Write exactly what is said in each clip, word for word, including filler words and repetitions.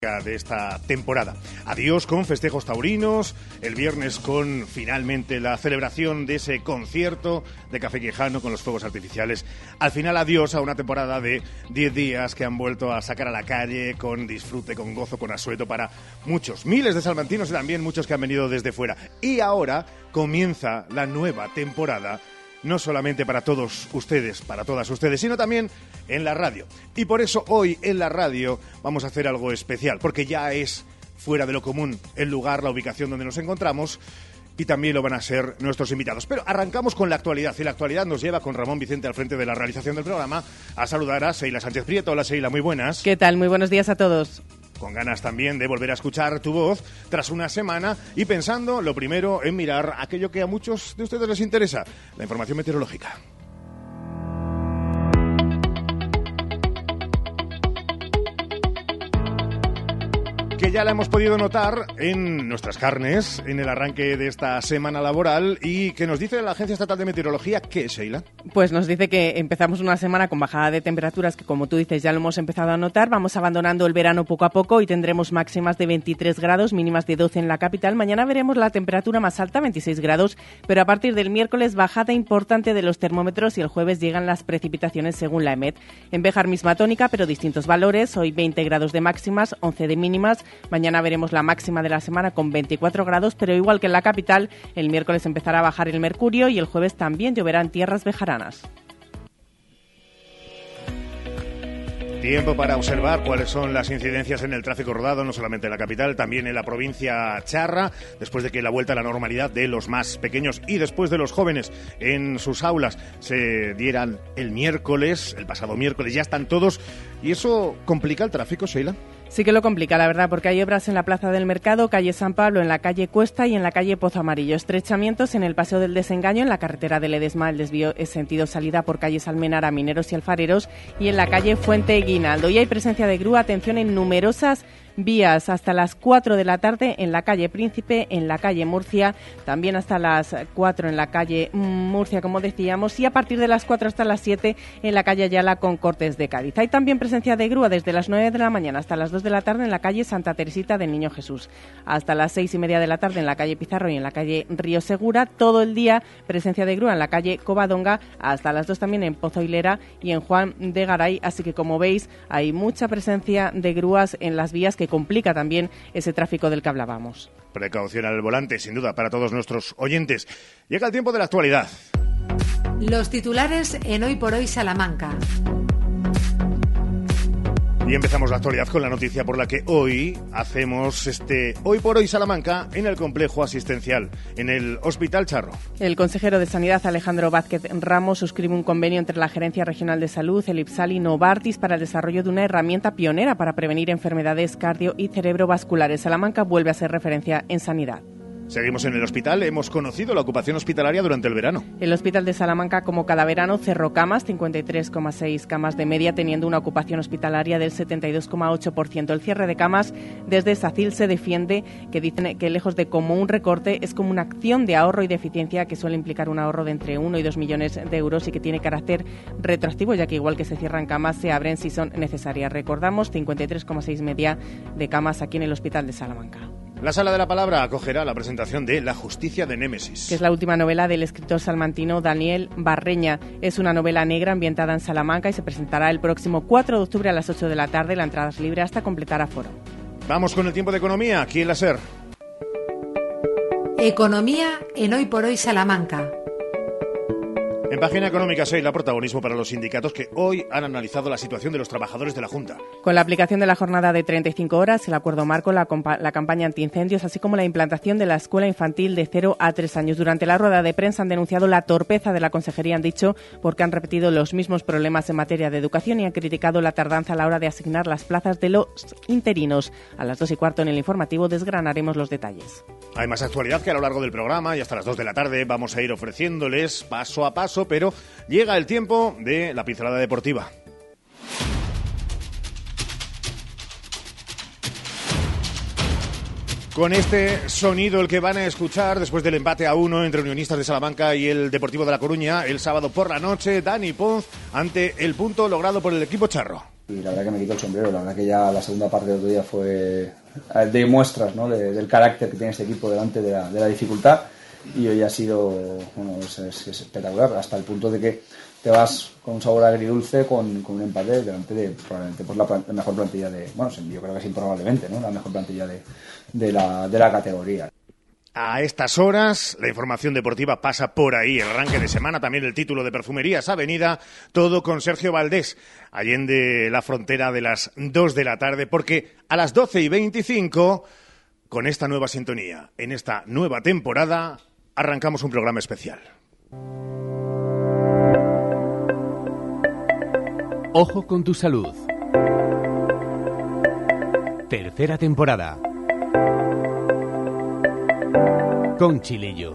de esta temporada. Adiós con festejos taurinos, el viernes con finalmente la celebración de ese concierto de Café Quijano con los fuegos artificiales. Al final adiós a una temporada de diez días que han vuelto a sacar a la calle con disfrute, con gozo, con asueto para muchos, miles de salmantinos y también muchos que han venido desde fuera. Y ahora comienza la nueva temporada, no solamente para todos ustedes, para todas ustedes, sino también en la radio. Y por eso hoy en la radio vamos a hacer algo especial, porque ya es fuera de lo común el lugar, la ubicación donde nos encontramos, y también lo van a ser nuestros invitados. Pero arrancamos con la actualidad, y la actualidad nos lleva con Ramón Vicente al frente de la realización del programa a saludar a Seila Sánchez Prieto. Hola Seila, muy buenas. ¿Qué tal? Muy buenos días a todos. Con ganas también de volver a escuchar tu voz tras una semana y pensando, lo primero, en mirar aquello que a muchos de ustedes les interesa, la información meteorológica. Que ya la hemos podido notar en nuestras carnes, en el arranque de esta semana laboral. ¿Y que nos dice la Agencia Estatal de Meteorología? ¿Qué, Sheila? Pues nos dice que empezamos una semana con bajada de temperaturas, que como tú dices ya lo hemos empezado a notar. Vamos abandonando el verano poco a poco y tendremos máximas de veintitrés grados, mínimas de doce en la capital. Mañana veremos la temperatura más alta, veintiséis grados, pero a partir del miércoles bajada importante de los termómetros y el jueves llegan las precipitaciones según la EMET. En Béjar misma tónica, pero distintos valores. Hoy veinte grados de máximas, once de mínimas. Mañana veremos la máxima de la semana con veinticuatro grados, pero igual que en la capital, el miércoles empezará a bajar el mercurio y el jueves también lloverá en tierras bejaranas. Tiempo para observar cuáles son las incidencias en el tráfico rodado, no solamente en la capital, también en la provincia charra, después de que la vuelta a la normalidad de los más pequeños y después de los jóvenes en sus aulas se dieran el miércoles, el pasado miércoles, ya están todos, y eso complica el tráfico, Sheila. Sí que lo complica, la verdad, porque hay obras en la Plaza del Mercado, calle San Pablo, en la calle Cuesta y en la calle Pozo Amarillo. Estrechamientos en el Paseo del Desengaño, en la carretera de Ledesma, el desvío es sentido salida por calles Almenara, Mineros y Alfareros, y en la calle Fuente Guinaldo. Y hay presencia de grúa, atención, en numerosas vías hasta las cuatro de la tarde en la calle Príncipe, en la calle Murcia, también hasta las cuatro en la calle Murcia, como decíamos, y a partir de las cuatro hasta las siete en la calle Ayala con Cortes de Cádiz. Hay también presencia de grúa desde las nueve de la mañana hasta las dos de la tarde en la calle Santa Teresita del Niño Jesús, hasta las seis y media de la tarde en la calle Pizarro y en la calle Río Segura. Todo el día presencia de grúa en la calle Covadonga, hasta las dos también en Pozo Hilera y en Juan de Garay, así que como veis hay mucha presencia de grúas en las vías que complica también ese tráfico del que hablábamos. Precaución al volante, sin duda, para todos nuestros oyentes. Llega el tiempo de la actualidad. Los titulares en Hoy por Hoy Salamanca. Y empezamos la actualidad con la noticia por la que hoy hacemos este Hoy por Hoy Salamanca en el complejo asistencial, en el Hospital Charro. El consejero de Sanidad, Alejandro Vázquez Ramos, suscribe un convenio entre la Gerencia Regional de Salud, el IPSAL y Novartis para el desarrollo de una herramienta pionera para prevenir enfermedades cardio- y cerebrovasculares. Salamanca vuelve a ser referencia en sanidad. Seguimos en el hospital. Hemos conocido la ocupación hospitalaria durante el verano. El Hospital de Salamanca, como cada verano, cerró camas, cincuenta y tres coma seis camas de media, teniendo una ocupación hospitalaria del setenta y dos coma ocho por ciento. El cierre de camas desde SACIL se defiende, que dicen que lejos de como un recorte, es como una acción de ahorro y de eficiencia que suele implicar un ahorro de entre uno y dos millones de euros y que tiene carácter retroactivo, ya que igual que se cierran camas, se abren si son necesarias. Recordamos, cincuenta y tres coma seis media de camas aquí en el Hospital de Salamanca. La Sala de la Palabra acogerá la presentación de La Justicia de Némesis, que es la última novela del escritor salmantino Daniel Barreña. Es una novela negra ambientada en Salamanca y se presentará el próximo cuatro de octubre a las ocho de la tarde. La entrada es libre hasta completar aforo. Vamos con el tiempo de economía, aquí en la SER. Economía en Hoy por Hoy Salamanca. En página económica, Sheila, protagonismo para los sindicatos que hoy han analizado la situación de los trabajadores de la Junta. Con la aplicación de la jornada de treinta y cinco horas, el acuerdo marco, la, la campaña antiincendios, así como la implantación de la escuela infantil de cero a tres años. Durante la rueda de prensa han denunciado la torpeza de la consejería, han dicho, porque han repetido los mismos problemas en materia de educación y han criticado la tardanza a la hora de asignar las plazas de los interinos. A las dos y cuarto en el informativo desgranaremos los detalles. Hay más actualidad que a lo largo del programa y hasta las dos de la tarde vamos a ir ofreciéndoles paso a paso, pero llega el tiempo de la pincelada deportiva. Con este sonido el que van a escuchar después del empate a uno entre Unionistas de Salamanca y el Deportivo de La Coruña el sábado por la noche, Dani Ponz ante el punto logrado por el equipo charro. Y la verdad que me quito el sombrero, la verdad que ya la segunda parte del otro día fue de muestras, ¿no?, de, del carácter que tiene este equipo delante de la, de la dificultad, y hoy ha sido, bueno, es, es, es espectacular, hasta el punto de que te vas con un sabor agridulce con, con un empate delante de probablemente pues, la, la mejor plantilla de, bueno, yo creo que es improbablemente, ¿no?, la mejor plantilla de, de, la, de la categoría. A estas horas, la información deportiva pasa por ahí. El arranque de semana, también el título de Perfumerías Avenida, todo con Sergio Valdés, allende la frontera de las dos de la tarde, porque a las doce y veinticinco, con esta nueva sintonía, en esta nueva temporada, arrancamos un programa especial. Ojo con tu salud. Tercera temporada. Conchi Lillo.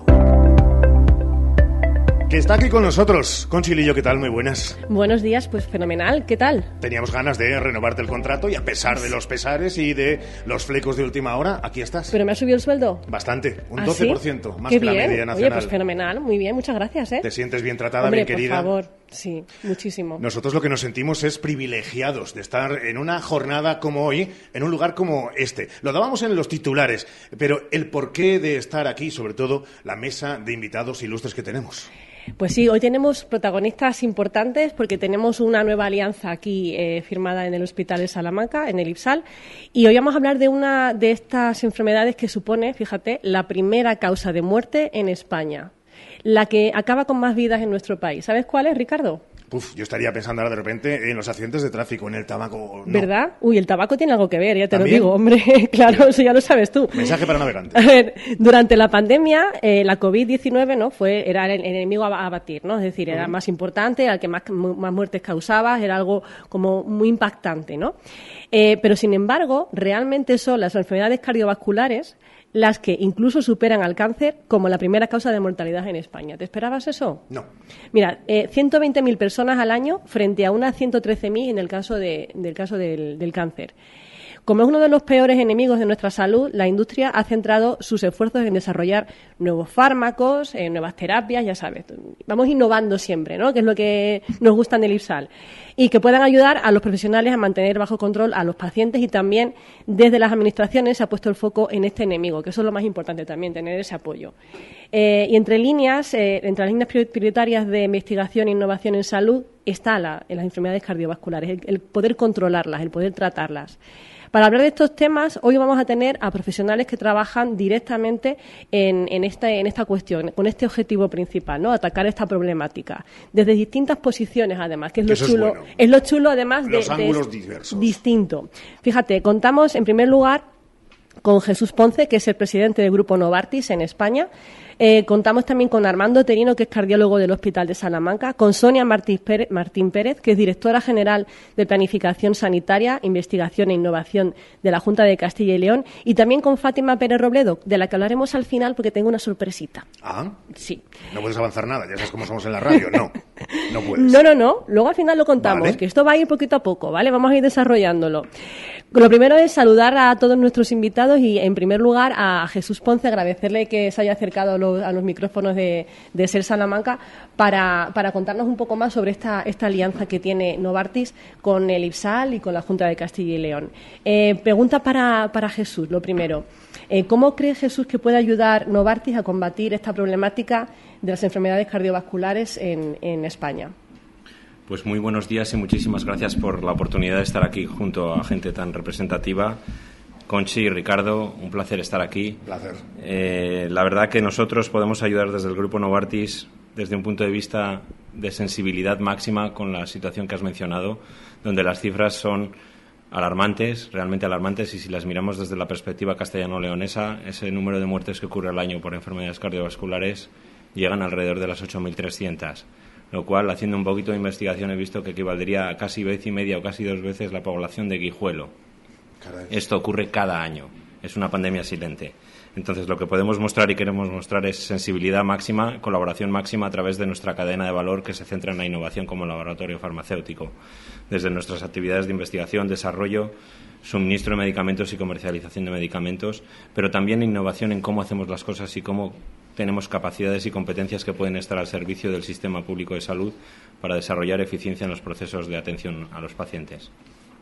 Que está aquí con nosotros. Conchi Lillo, ¿qué tal? Muy buenas. Buenos días, pues fenomenal. ¿Qué tal? Teníamos ganas de renovarte el contrato y a pesar de los pesares y de los flecos de última hora, aquí estás. ¿Pero me ha subido el sueldo? Bastante, un ¿Ah, doce por ciento, sí? más Qué que la bien. media nacional. Oye, pues fenomenal, muy bien, muchas gracias, ¿eh? ¿Te sientes bien tratada, Hombre, mi querida? por favor, sí, muchísimo. Nosotros lo que nos sentimos es privilegiados de estar en una jornada como hoy, en un lugar como este. Lo dábamos en los titulares, pero el porqué de estar aquí, sobre todo la mesa de invitados ilustres que tenemos. Pues sí, hoy tenemos protagonistas importantes porque tenemos una nueva alianza aquí eh, firmada en el Hospital de Salamanca, en el IPSAL, y hoy vamos a hablar de una de estas enfermedades que supone, fíjate, la primera causa de muerte en España, la que acaba con más vidas en nuestro país. ¿Sabes cuál es, Ricardo? Uf, yo estaría pensando ahora de repente en los accidentes de tráfico, en el tabaco. No. ¿Verdad? Uy, el tabaco tiene algo que ver, ya te ¿También? lo digo, hombre. Claro, Pero, eso ya lo sabes tú. Mensaje para navegantes. A ver, durante la pandemia, eh, la covid diecinueve, ¿no?, fue, era el enemigo a, a batir, ¿no? Es decir, era uh-huh. más importante, era el que más, más muertes causaba, era algo como muy impactante, ¿no? Eh, pero, sin embargo, realmente son las enfermedades cardiovasculares las que incluso superan al cáncer como la primera causa de mortalidad en España. ¿Te esperabas eso? No. Mira, eh, ciento veinte mil personas al año frente a unas ciento trece mil en el caso, de, del, caso del, del cáncer. Como es uno de los peores enemigos de nuestra salud, la industria ha centrado sus esfuerzos en desarrollar nuevos fármacos, eh, nuevas terapias, ya sabes. Vamos innovando siempre, ¿no?, que es lo que nos gusta en el IPSAL. Y que puedan ayudar a los profesionales a mantener bajo control a los pacientes, y también desde las administraciones se ha puesto el foco en este enemigo, que eso es lo más importante también, tener ese apoyo. Eh, y entre líneas, eh, entre las líneas prioritarias de investigación e innovación en salud está la, en las enfermedades cardiovasculares, el, el poder controlarlas, el poder tratarlas. Para hablar de estos temas, hoy vamos a tener a profesionales que trabajan directamente en, en, esta, en esta cuestión, con este objetivo principal, ¿no?, atacar esta problemática, desde distintas posiciones, además, que es lo Eso chulo, es, bueno. es lo chulo además de, los ángulos de diversos. Distinto. Fíjate, contamos en primer lugar con Jesús Ponce, que es el presidente del Grupo Novartis en España. Eh, contamos también con Armando Terino, que es cardiólogo del Hospital de Salamanca, con Sonia Martín Pérez, Martín Pérez, que es directora general de Planificación Sanitaria, Investigación e Innovación de la Junta de Castilla y León, y también con Fátima Pérez Robledo, de la que hablaremos al final porque tengo una sorpresita. Ah, sí. No puedes avanzar nada, ya sabes cómo somos en la radio. No, no puedes. No, no, no. Luego al final lo contamos, Vale. que esto va a ir poquito a poco, ¿vale? Vamos a ir desarrollándolo. Lo primero es saludar a todos nuestros invitados y, en primer lugar, a Jesús Ponce, agradecerle que se haya acercado a los, a los micrófonos de, de SER Salamanca para, para contarnos un poco más sobre esta, esta alianza que tiene Novartis con el IPSAL y con la Junta de Castilla y León. Eh, pregunta para, para Jesús, lo primero. Eh, ¿Cómo cree Jesús que puede ayudar Novartis a combatir esta problemática de las enfermedades cardiovasculares en, en España? Pues muy buenos días y muchísimas gracias por la oportunidad de estar aquí junto a gente tan representativa. Conchi y Ricardo, un placer estar aquí. Placer. Eh, la verdad que nosotros podemos ayudar desde el Grupo Novartis desde un punto de vista de sensibilidad máxima con la situación que has mencionado, donde las cifras son alarmantes, realmente alarmantes, y si las miramos desde la perspectiva castellano-leonesa, ese número de muertes que ocurre al año por enfermedades cardiovasculares llegan alrededor de las ocho mil trescientas. Lo cual, haciendo un poquito de investigación, he visto que equivaldría a casi vez y media o casi dos veces la población de Guijuelo. Caray. Esto ocurre cada año. Es una pandemia silente. Entonces, lo que podemos mostrar y queremos mostrar es sensibilidad máxima, colaboración máxima a través de nuestra cadena de valor que se centra en la innovación como laboratorio farmacéutico. Desde nuestras actividades de investigación, desarrollo, suministro de medicamentos y comercialización de medicamentos, pero también innovación en cómo hacemos las cosas y cómo tenemos capacidades y competencias que pueden estar al servicio del sistema público de salud para desarrollar eficiencia en los procesos de atención a los pacientes.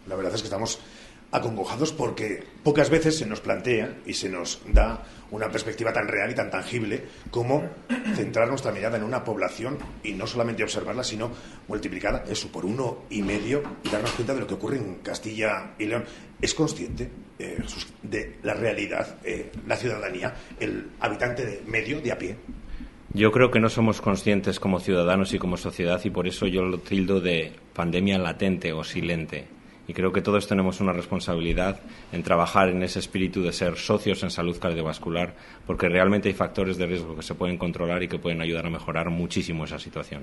la verdad es que estamos acongojados porque pocas veces se nos plantea y se nos da una perspectiva tan real y tan tangible como centrar nuestra mirada en una población y no solamente observarla, sino multiplicarla eso por uno y medio y darnos cuenta de lo que ocurre en Castilla y León. ¿Es consciente eh, de la realidad, eh, la ciudadanía, el habitante de medio, de a pie? Yo creo que no somos conscientes como ciudadanos y como sociedad, y por eso yo lo tildo de pandemia latente o silente. Y creo que todos tenemos una responsabilidad en trabajar en ese espíritu de ser socios en salud cardiovascular, porque realmente hay factores de riesgo que se pueden controlar y que pueden ayudar a mejorar muchísimo esa situación.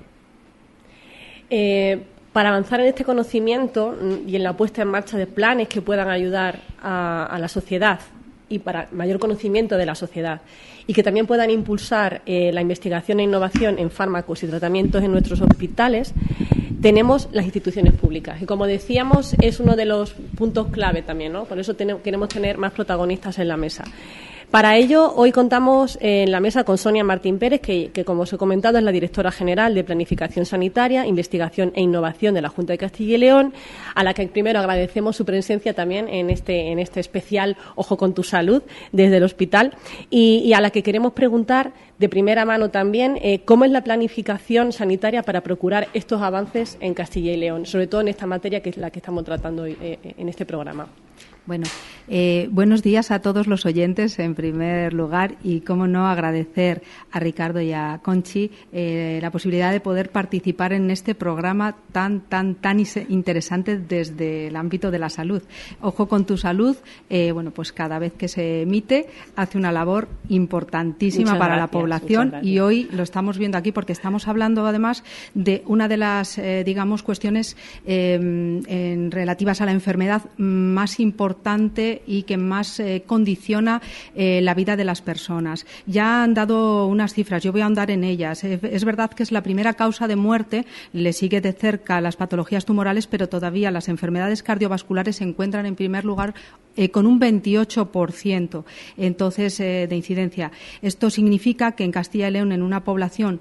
Eh, para avanzar en este conocimiento y en la puesta en marcha de planes que puedan ayudar a, a la sociedad y para mayor conocimiento de la sociedad, y que también puedan impulsar eh, la investigación e innovación en fármacos y tratamientos en nuestros hospitales, tenemos las instituciones públicas. Y como decíamos, es uno de los puntos clave también, ¿no? Por eso tenemos, queremos tener más protagonistas en la mesa. Para ello, hoy contamos en la mesa con Sonia Martín Pérez, que, que, como os he comentado, es la directora general de Planificación Sanitaria, Investigación e Innovación de la Junta de Castilla y León, a la que primero agradecemos su presencia también en este, en este especial Ojo con tu Salud desde el hospital, y, y a la que queremos preguntar de primera mano también eh, cómo es la planificación sanitaria para procurar estos avances en Castilla y León, sobre todo en esta materia que es la que estamos tratando hoy, eh, en este programa. Bueno, eh, buenos días a todos los oyentes, en primer lugar, y cómo no agradecer a Ricardo y a Conchi eh, la posibilidad de poder participar en este programa tan, tan, tan interesante desde el ámbito de la salud. Ojo con tu salud, eh, bueno, pues cada vez que se emite hace una labor importantísima muchas para gracias, la población, y hoy lo estamos viendo aquí porque estamos hablando además de una de las, eh, digamos, cuestiones eh, en, relativas a la enfermedad más importantes importante y que más eh, condiciona eh, la vida de las personas. Ya han dado unas cifras, yo voy a ahondar en ellas. Eh, es verdad que es la primera causa de muerte, le sigue de cerca las patologías tumorales, pero todavía las enfermedades cardiovasculares se encuentran en primer lugar eh, con un veintiocho por ciento entonces eh, de incidencia. Esto significa que en Castilla y León, en una población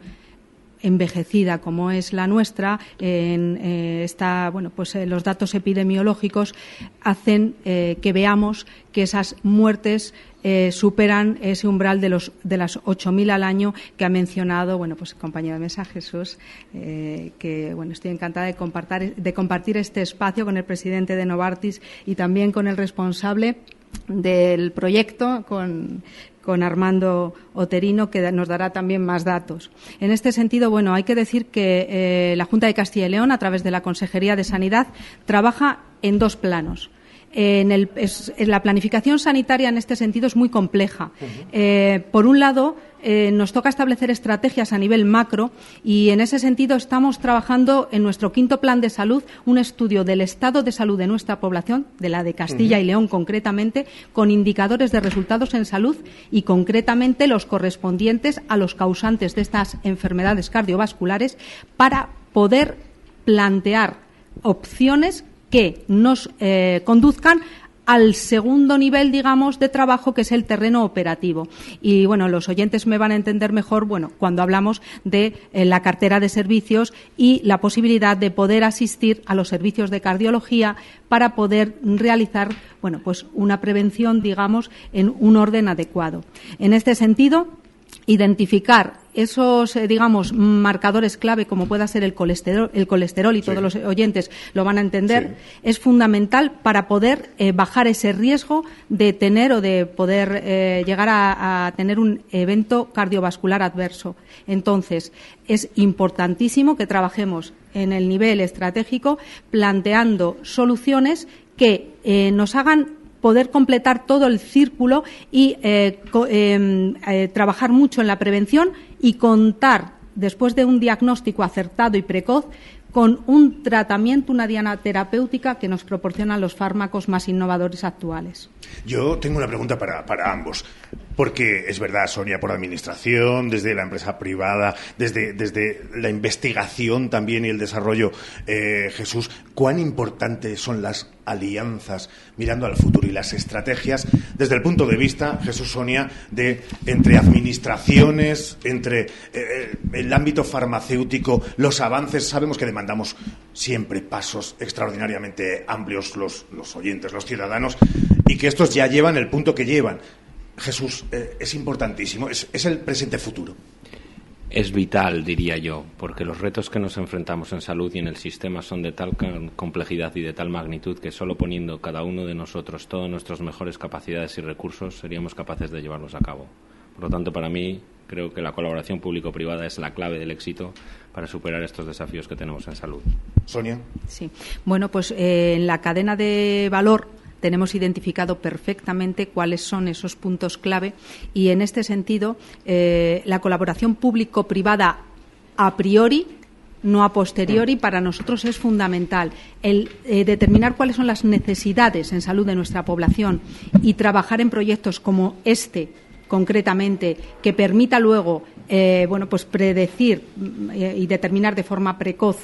envejecida como es la nuestra, en, eh, está, bueno, pues eh, los datos epidemiológicos hacen eh, que veamos que esas muertes eh, superan ese umbral de los de las ocho mil al año que ha mencionado, bueno, pues compañero de mesa Jesús, eh, que bueno, estoy encantada de compartir de compartir este espacio con el presidente de Novartis y también con el responsable del proyecto, con con Armando Oterino, que nos dará también más datos. En este sentido, bueno, hay que decir que eh, la Junta de Castilla y León, a través de la Consejería de Sanidad, trabaja en dos planos. En el, es, en la planificación sanitaria, en este sentido, es muy compleja. Uh-huh. Eh, por un lado, eh, nos toca establecer estrategias a nivel macro y, en ese sentido, estamos trabajando en nuestro quinto plan de salud un estudio del estado de salud de nuestra población, de la de Castilla uh-huh. y León concretamente, con indicadores de resultados en salud y, concretamente, los correspondientes a los causantes de estas enfermedades cardiovasculares para poder plantear opciones que nos eh, conduzcan al segundo nivel, digamos, de trabajo, que es el terreno operativo. Y, bueno, los oyentes me van a entender mejor, bueno, cuando hablamos de eh, la cartera de servicios y la posibilidad de poder asistir a los servicios de cardiología para poder realizar, bueno, pues una prevención, digamos, en un orden adecuado. En este sentido, identificar esos, eh, digamos, marcadores clave, como pueda ser el colesterol, el colesterol y sí. todos los oyentes lo van a entender, sí. es fundamental para poder eh, bajar ese riesgo de tener o de poder eh, llegar a, a tener un evento cardiovascular adverso. Entonces, es importantísimo que trabajemos en el nivel estratégico planteando soluciones que eh, nos hagan poder completar todo el círculo y eh, co- eh, eh, trabajar mucho en la prevención y contar, después de un diagnóstico acertado y precoz, con un tratamiento, una diana terapéutica que nos proporcionan los fármacos más innovadores actuales. Yo tengo una pregunta para, para ambos, porque es verdad, Sonia, por administración, desde la empresa privada, desde, desde la investigación también y el desarrollo, eh, Jesús, cuán importantes son las alianzas mirando al futuro y las estrategias desde el punto de vista, Jesús, Sonia, de entre administraciones, entre eh, el ámbito farmacéutico, los avances. Sabemos que demandamos siempre pasos extraordinariamente amplios los, los oyentes, los ciudadanos, y que estos ya llevan el punto que llevan. Jesús, eh, es importantísimo, es, es el presente futuro. Es vital, diría yo, porque los retos que nos enfrentamos en salud y en el sistema son de tal complejidad y de tal magnitud que solo poniendo cada uno de nosotros todas nuestras mejores capacidades y recursos seríamos capaces de llevarlos a cabo. Por lo tanto, para mí, creo que la colaboración público-privada es la clave del éxito para superar estos desafíos que tenemos en salud. Sonia. Sí. Bueno, pues eh, en la cadena de valor tenemos identificado perfectamente cuáles son esos puntos clave y, en este sentido, eh, la colaboración público-privada a priori, no a posteriori, para nosotros es fundamental. El eh, determinar cuáles son las necesidades en salud de nuestra población y trabajar en proyectos como este, concretamente, que permita luego eh, bueno, pues predecir eh, y determinar de forma precoz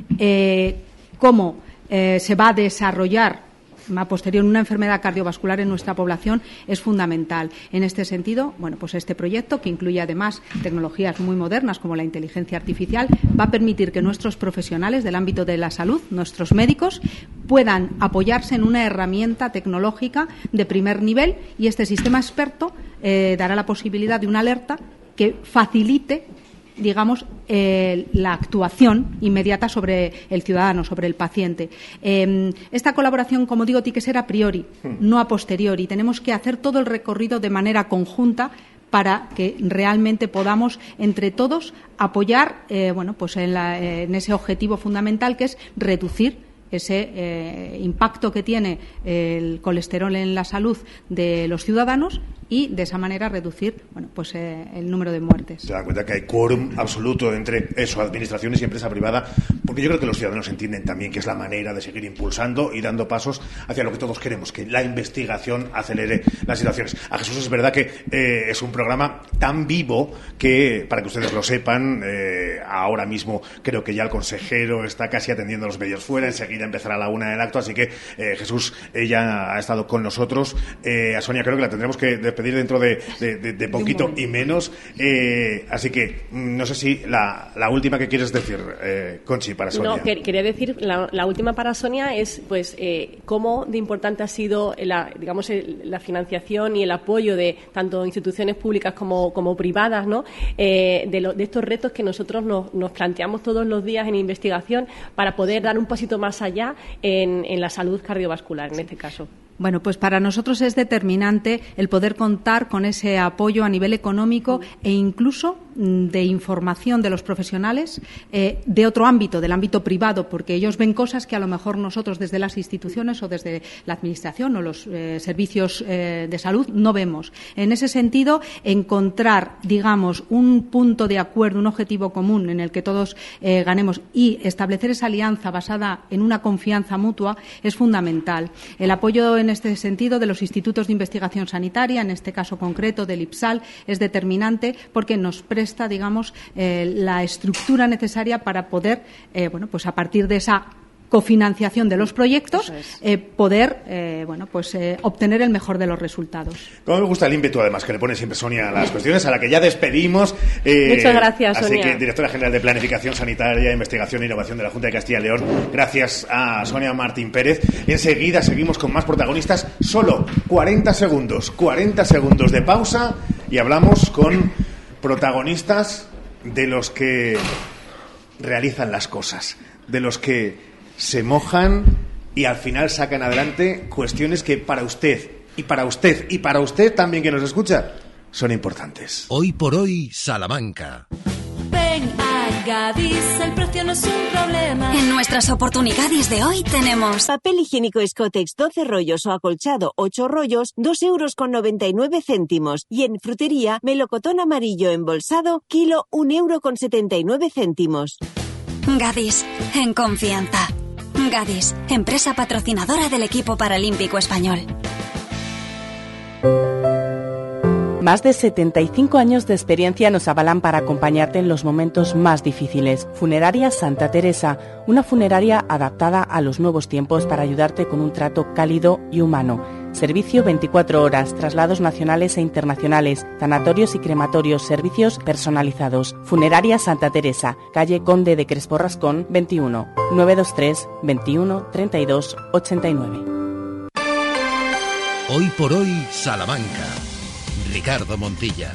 eh, cómo eh, se va a desarrollar a posterior una enfermedad cardiovascular en nuestra población es fundamental. En este sentido, bueno, pues este proyecto, que incluye además tecnologías muy modernas como la inteligencia artificial, va a permitir que nuestros profesionales del ámbito de la salud, nuestros médicos, puedan apoyarse en una herramienta tecnológica de primer nivel, y este sistema experto eh, dará la posibilidad de una alerta que facilite, digamos, eh, la actuación inmediata sobre el ciudadano, sobre el paciente. Eh, esta colaboración, como digo, tiene que ser a priori, no a posteriori. Tenemos que hacer todo el recorrido de manera conjunta para que realmente podamos, entre todos, apoyar eh, bueno, pues en, la, en ese objetivo fundamental, que es reducir ese eh, impacto que tiene el colesterol en la salud de los ciudadanos y, de esa manera, reducir bueno, pues, eh, el número de muertes. Se dan cuenta que hay quórum absoluto entre eso, administraciones y empresa privada, porque yo creo que los ciudadanos entienden también que es la manera de seguir impulsando y dando pasos hacia lo que todos queremos, que la investigación acelere las situaciones. A Jesús, es verdad que eh, es un programa tan vivo que, para que ustedes lo sepan, eh, ahora mismo creo que ya el consejero está casi atendiendo a los medios fuera, enseguida empezará a la una el acto, así que eh, Jesús, ella ha estado con nosotros. Eh, a Sonia creo que la tendremos que despedir dentro de, de, de, de poquito y menos, eh, así que no sé si la, la última que quieres decir, eh, Conchi, para Sonia. No, que, quería decir, la, la última para Sonia es pues eh, cómo de importante ha sido la, digamos, el, la financiación y el apoyo de tanto instituciones públicas como, como privadas, ¿no? Eh, de, lo, de estos retos que nosotros nos, nos planteamos todos los días en investigación para poder dar un pasito más allá en, en la salud cardiovascular, en este caso. Bueno, pues para nosotros es determinante el poder contar con ese apoyo a nivel económico e incluso de información de los profesionales eh, de otro ámbito, del ámbito privado, porque ellos ven cosas que a lo mejor nosotros desde las instituciones o desde la Administración o los eh, servicios eh, de salud no vemos. En ese sentido, encontrar, digamos, un punto de acuerdo, un objetivo común en el que todos eh, ganemos y establecer esa alianza basada en una confianza mutua es fundamental. El apoyo en este sentido de los institutos de investigación sanitaria, en este caso concreto del IPSAL, es determinante porque nos presta, digamos, eh, la estructura necesaria para poder, eh, bueno, pues a partir de esa cofinanciación de los proyectos, es. eh, poder eh, bueno, pues, eh, obtener el mejor de los resultados. Como me gusta el ímpetu, además, que le pone siempre Sonia a las cuestiones, a la que ya despedimos. Eh, Muchas gracias, así Sonia. Así que, directora general de Planificación Sanitaria, Investigación e Innovación de la Junta de Castilla y León, gracias a Sonia Martín Pérez. Enseguida seguimos con más protagonistas. Solo cuarenta segundos, cuarenta segundos de pausa y hablamos con protagonistas de los que realizan las cosas, de los que se mojan y al final sacan adelante cuestiones que para usted y para usted y para usted también que nos escucha son importantes. Hoy por hoy, Salamanca. Ven a Gadis, el precio no es un problema. En nuestras oportunidades de hoy tenemos papel higiénico Scotex doce rollos o acolchado ocho rollos, dos euros con noventa y nueve céntimos. Y en frutería, melocotón amarillo embolsado, kilo un euro con setenta y nueve céntimos. Gadis, en confianza. Gadis, empresa patrocinadora del equipo paralímpico español. Más de setenta y cinco años de experiencia nos avalan para acompañarte en los momentos más difíciles. Funeraria Santa Teresa, una funeraria adaptada a los nuevos tiempos para ayudarte con un trato cálido y humano. Servicio veinticuatro horas, traslados nacionales e internacionales, tanatorios y crematorios, servicios personalizados. Funeraria Santa Teresa, calle Conde de Crespo Rascón, veintiuno, nueve dos tres, veintiuno, treinta y dos, ochenta y nueve. Hoy por hoy, Salamanca. Ricardo Montilla.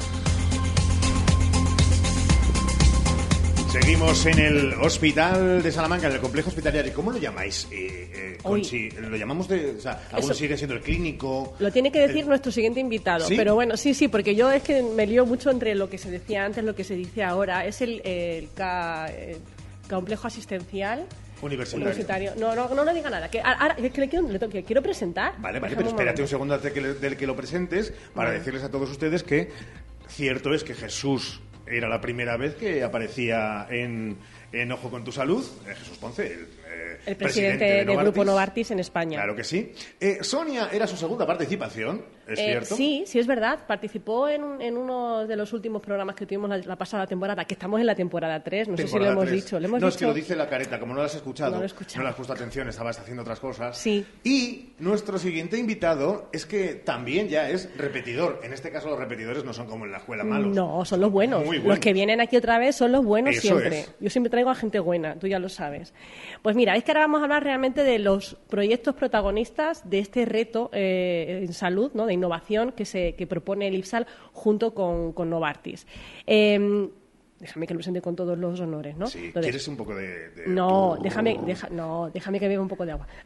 Seguimos en el hospital de Salamanca, en el complejo hospitalario. ¿Cómo lo llamáis, eh, eh, Conchi? ¿Lo llamamos de...? O sea, ¿alguno sigue siendo el clínico? Lo tiene que decir el... nuestro siguiente invitado. ¿Sí? Pero bueno, sí, sí, porque yo es que me lío mucho entre lo que se decía antes, lo que se dice ahora. Es el, el, ca, el complejo asistencial... Universitario. Universitario. No, no, no, no diga nada. Que, ahora, es que le quiero, le, que quiero presentar. Vale, vale, pero espérate un segundo antes de que, del que lo presentes para vale. decirles a todos ustedes que cierto es que Jesús era la primera vez que aparecía en, en Ojo con tu Salud, eh, Jesús Ponce, el, eh, el presidente, presidente de del Grupo Novartis en España. Claro que sí. Eh, Sonia era su segunda participación, ¿es eh, cierto? Sí, sí, es verdad. Participó en, en uno de los últimos programas que tuvimos la, la pasada temporada, que estamos en la temporada tres, no temporada sé si lo hemos tres. dicho. ¿Le hemos no, dicho? es que lo dice la careta, como no lo has escuchado, no, no, lo no le has puesto atención, estabas haciendo otras cosas. Sí. Y nuestro siguiente invitado es que también ya es repetidor. En este caso los repetidores no son como en la escuela malos. No, son los buenos. Muy buenos. Los que vienen aquí otra vez son los buenos Eso siempre. Es. Yo siempre traigo a gente buena, tú ya lo sabes. Pues mira, es que ahora vamos a hablar realmente de los proyectos protagonistas de este reto eh, en salud, ¿no?, de innovación que se que propone el IPSAL junto con, con Novartis. Eh, Déjame que lo presente con todos los honores, ¿no? Sí, Entonces, ¿quieres un poco de...? de no, tu... déjame, deja, no, déjame que beba un poco de agua.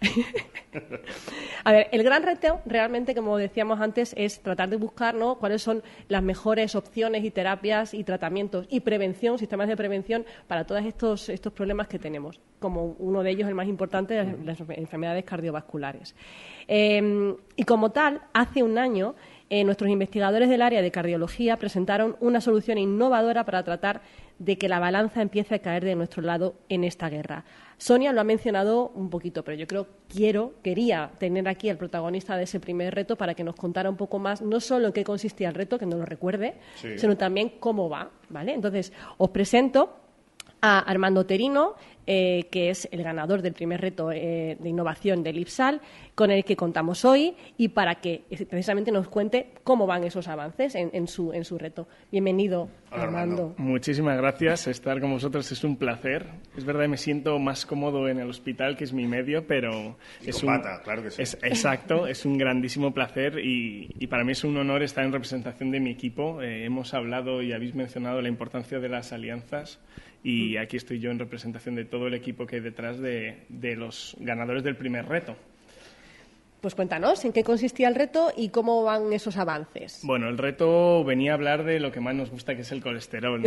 A ver, el gran reto realmente, como decíamos antes, es tratar de buscar, ¿no?, cuáles son las mejores opciones y terapias y tratamientos y prevención, sistemas de prevención para todos estos, estos problemas que tenemos. Como uno de ellos, el más importante, las enfermedades cardiovasculares. Eh, y como tal, hace un año... Eh, nuestros investigadores del área de cardiología presentaron una solución innovadora para tratar de que la balanza empiece a caer de nuestro lado en esta guerra. Sonia lo ha mencionado un poquito, pero yo creo, quiero, quería tener aquí al protagonista de ese primer reto para que nos contara un poco más, no solo en qué consistía el reto, que nos lo recuerde, sí, sino también cómo va, ¿vale? Entonces, os presento a Armando Terino, eh, que es el ganador del primer reto eh, de innovación del IPSAL, con el que contamos hoy, y para que precisamente nos cuente cómo van esos avances en, en, su, en su reto. Bienvenido, Hola, Armando. Armando. Muchísimas gracias. Estar con vosotros es un placer. Es verdad que me siento más cómodo en el hospital, que es mi medio, pero es un, pata, claro que sí. es, exacto, es un grandísimo placer y, y para mí es un honor estar en representación de mi equipo. Eh, hemos hablado y habéis mencionado la importancia de las alianzas. Y aquí estoy yo en representación de todo el equipo que hay detrás de, de los ganadores del primer reto. Pues cuéntanos, ¿en qué consistía el reto y cómo van esos avances? Bueno, el reto venía a hablar de lo que más nos gusta, que es el colesterol, ¿no?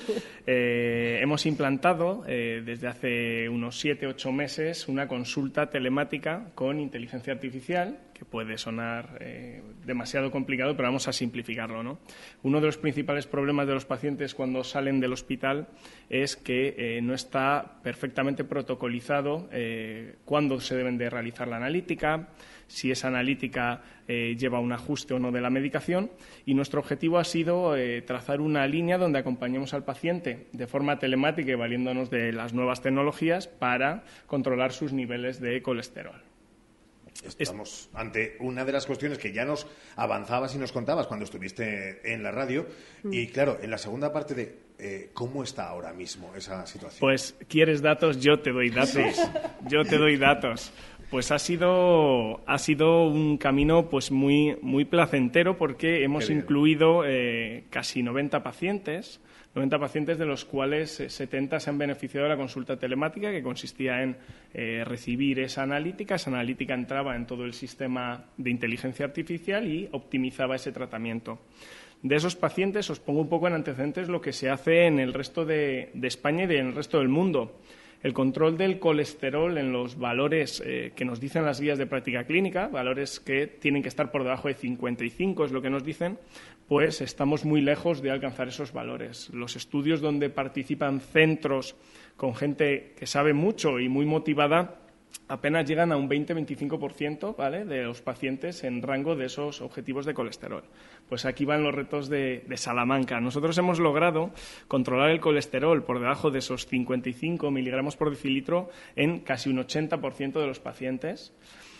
eh, hemos implantado eh, desde hace unos siete, ocho meses una consulta telemática con inteligencia artificial, que puede sonar eh, demasiado complicado, pero vamos a simplificarlo, ¿no? Uno de los principales problemas de los pacientes cuando salen del hospital es que eh, no está perfectamente protocolizado eh, cuándo se deben de realizar la analítica, si esa analítica eh, lleva un ajuste o no de la medicación, y nuestro objetivo ha sido eh, trazar una línea donde acompañemos al paciente de forma telemática y valiéndonos de las nuevas tecnologías para controlar sus niveles de colesterol. Estamos ante una de las cuestiones que ya nos avanzabas y nos contabas cuando estuviste en la radio. Mm. Y claro, en la segunda parte de eh, ¿cómo está ahora mismo esa situación? Pues, ¿quieres datos? Yo te doy datos. Yo te doy datos. Pues ha sido, ha sido un camino pues muy, muy placentero porque hemos incluido eh, casi noventa pacientes, noventa pacientes de los cuales eh, setenta se han beneficiado de la consulta telemática, que consistía en eh, recibir esa analítica. Esa analítica entraba en todo el sistema de inteligencia artificial y optimizaba ese tratamiento. De esos pacientes os pongo un poco en antecedentes lo que se hace en el resto de, de España y en el resto del mundo. El control del colesterol en los valores eh, que nos dicen las guías de práctica clínica, valores que tienen que estar por debajo de cincuenta y cinco, es lo que nos dicen, pues estamos muy lejos de alcanzar esos valores. Los estudios donde participan centros con gente que sabe mucho y muy motivada apenas llegan a un veinte a veinticinco por ciento, ¿vale?, de los pacientes en rango de esos objetivos de colesterol. Pues aquí van los retos de, de Salamanca. Nosotros hemos logrado controlar el colesterol por debajo de esos cincuenta y cinco miligramos por decilitro en casi un ochenta por ciento de los pacientes.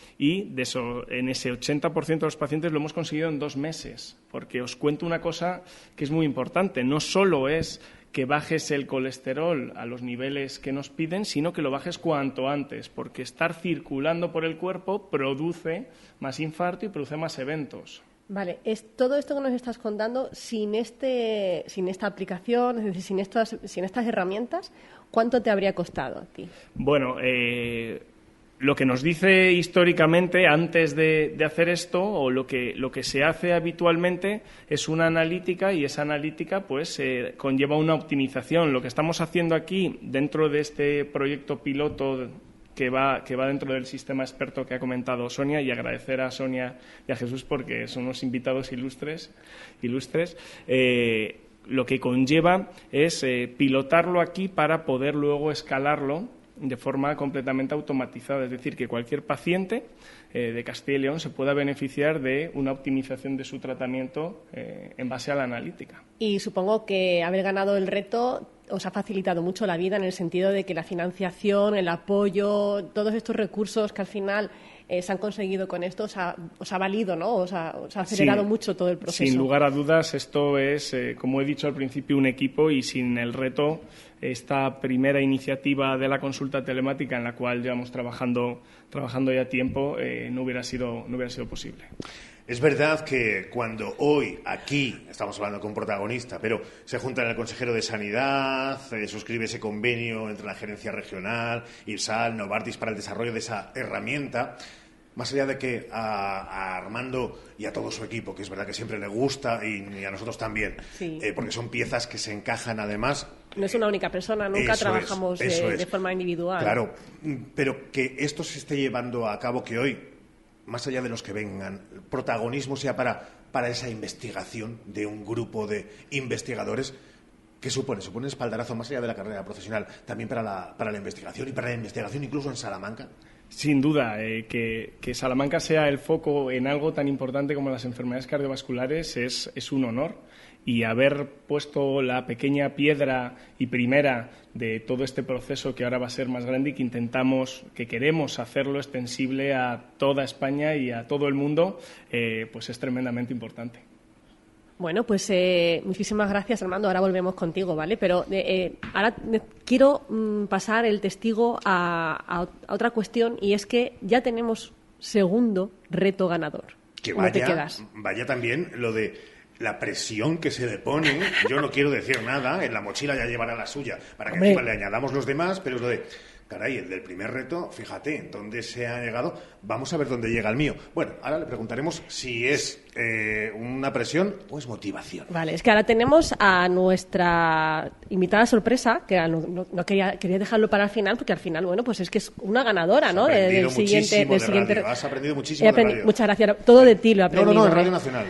Y de eso, en ese ochenta por ciento de los pacientes lo hemos conseguido en dos meses. Porque os cuento una cosa que es muy importante. No solo es que bajes el colesterol a los niveles que nos piden, sino que lo bajes cuanto antes, porque estar circulando por el cuerpo produce más infarto y produce más eventos. Vale, es todo esto que nos estás contando sin este, sin esta aplicación, es decir, sin estas, sin estas herramientas, ¿cuánto te habría costado a ti? Bueno, eh, lo que nos dice históricamente antes de, de hacer esto, o lo que, lo que se hace habitualmente, es una analítica, y esa analítica pues eh, conlleva una optimización. Lo que estamos haciendo aquí, dentro de este proyecto piloto que va, que va dentro del sistema experto que ha comentado Sonia, y agradecer a Sonia y a Jesús porque son unos invitados ilustres, ilustres eh, lo que conlleva es eh, pilotarlo aquí para poder luego escalarlo de forma completamente automatizada, es decir, que cualquier paciente eh, de Castilla y León se pueda beneficiar de una optimización de su tratamiento eh, en base a la analítica. Y supongo que haber ganado el reto os ha facilitado mucho la vida en el sentido de que la financiación, el apoyo, todos estos recursos que al final eh, se han conseguido con esto, os ha, os ha valido, ¿no? Os ha, os ha acelerado sí, mucho todo el proceso. Sin lugar a dudas, esto es, eh, como he dicho al principio, un equipo, y sin el reto, esta primera iniciativa de la consulta telemática, en la cual llevamos trabajando, trabajando ya tiempo, eh, no hubiera sido, no hubiera sido posible. Es verdad que cuando hoy, aquí, estamos hablando con un protagonista, pero se juntan el consejero de Sanidad, eh, suscribe ese convenio entre la gerencia regional, IPSAL, Novartis, para el desarrollo de esa herramienta, más allá de que a, a Armando y a todo su equipo, que es verdad que siempre le gusta, y, y a nosotros también, sí. eh, porque son piezas que se encajan además. No es una única persona, nunca eso trabajamos es, de, es. de forma individual. Claro, pero que esto se esté llevando a cabo, que hoy, más allá de los que vengan, el protagonismo sea para, para esa investigación de un grupo de investigadores. ¿Qué supone? Supone un espaldarazo más allá de la carrera profesional, también para la, para la investigación, y para la investigación incluso en Salamanca. Sin duda, eh, que, que Salamanca sea el foco en algo tan importante como las enfermedades cardiovasculares es, es un honor. Y haber puesto la pequeña piedra y primera de todo este proceso, que ahora va a ser más grande y que intentamos, que queremos hacerlo extensible a toda España y a todo el mundo, eh, pues es tremendamente importante. Bueno, pues eh, muchísimas gracias, Armando. Ahora volvemos contigo, ¿vale? Pero eh, ahora quiero mm, pasar el testigo a, a, a otra cuestión, y es que ya tenemos segundo reto ganador. Que ¿Cómo te vaya, quedas? Vaya también lo de la presión que se le pone. Yo no quiero decir nada, en la mochila ya llevará la suya, para que Hombre. encima le añadamos los demás, pero es lo de, caray, el del primer reto, fíjate, ¿dónde se ha llegado? Vamos a ver dónde llega el mío. Bueno, ahora le preguntaremos si es eh, una presión o es motivación. Vale, es que ahora tenemos a nuestra invitada sorpresa, que no, no, no quería, quería dejarlo para el final, porque al final, bueno, pues es que es una ganadora, ¿no? Has del siguiente, del de siguiente... radio. Has aprendido muchísimo aprendi... de radio. Muchas gracias. Todo de ti lo he aprendido. No, no, no, en ¿eh? Radio Nacional.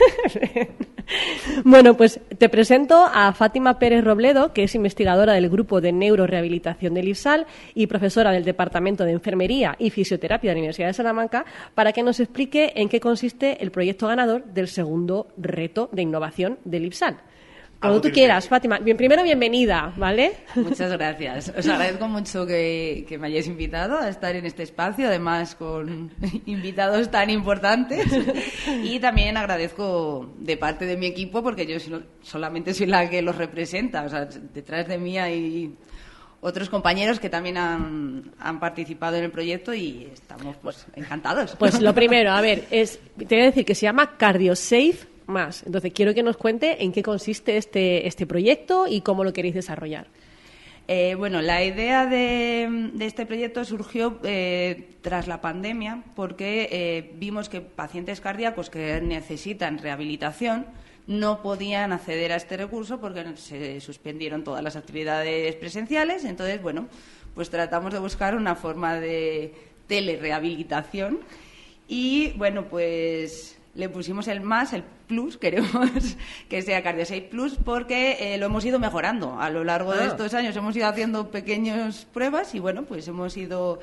Bueno, pues te presento a Fátima Pérez Robledo, que es investigadora del Grupo de Neurorehabilitación del IPSAL y profesora del Departamento de Enfermería y Fisioterapia de la Universidad de Salamanca, para que nos explique en qué consiste el proyecto ganador del segundo reto de innovación del IPSAL. Cuando tú quieras, Fátima. Bien, primero, bienvenida, ¿vale? Muchas gracias. Os agradezco mucho que, que me hayáis invitado a estar en este espacio, además con invitados tan importantes. Y también agradezco de parte de mi equipo, porque yo solamente soy la que los representa. O sea, detrás de mí hay otros compañeros que también han, han participado en el proyecto y estamos pues encantados. Pues lo primero, a ver, es, te voy a decir que se llama CardioSafe más. Entonces, quiero que nos cuente en qué consiste este, este proyecto y cómo lo queréis desarrollar. Eh, bueno, la idea de, de este proyecto surgió eh, tras la pandemia, porque eh, vimos que pacientes cardíacos que necesitan rehabilitación no podían acceder a este recurso porque se suspendieron todas las actividades presenciales. Entonces, bueno, pues tratamos de buscar una forma de telerehabilitación y, bueno, pues le pusimos el más, el plus, queremos que sea CardioSafe Plus, porque eh, lo hemos ido mejorando. A lo largo ah. de estos años hemos ido haciendo pequeñas pruebas y, bueno, pues hemos ido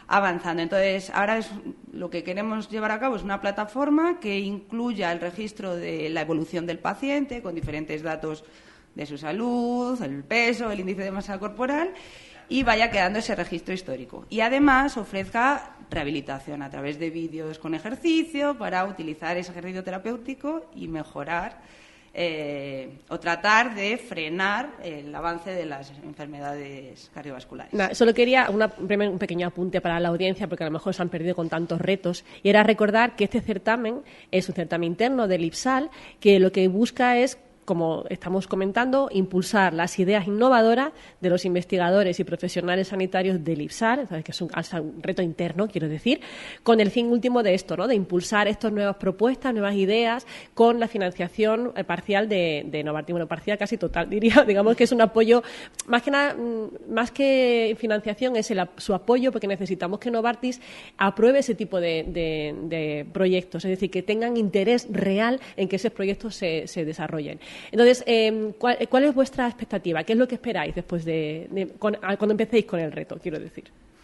avanzando. Entonces, ahora es, lo que queremos llevar a cabo es una plataforma que incluya el registro de la evolución del paciente con diferentes datos de su salud, el peso, el índice de masa corporal, y vaya quedando ese registro histórico. Y además ofrezca rehabilitación a través de vídeos con ejercicio para utilizar ese ejercicio terapéutico y mejorar eh, o tratar de frenar el avance de las enfermedades cardiovasculares. Nah, solo quería una, un pequeño apunte para la audiencia, porque a lo mejor se han perdido con tantos retos, y era recordar que este certamen es un certamen interno del IPSAL, que lo que busca es, como estamos comentando, impulsar las ideas innovadoras de los investigadores y profesionales sanitarios del IPSAL, ¿sabes? Que es un, es un reto interno, quiero decir, con el fin último de esto, ¿no? De impulsar estas nuevas propuestas, nuevas ideas, con la financiación parcial de, de Novartis. Bueno, parcial casi total, diría. Digamos que es un apoyo, más que nada, más que financiación, es el, su apoyo, porque necesitamos que Novartis apruebe ese tipo de, de, de proyectos, es decir, que tengan interés real en que esos proyectos se, se desarrollen. Entonces, eh, ¿cuál, ¿cuál es vuestra expectativa? ¿Qué es lo que esperáis después de, de con, cuando empecéis con el reto, quiero decir?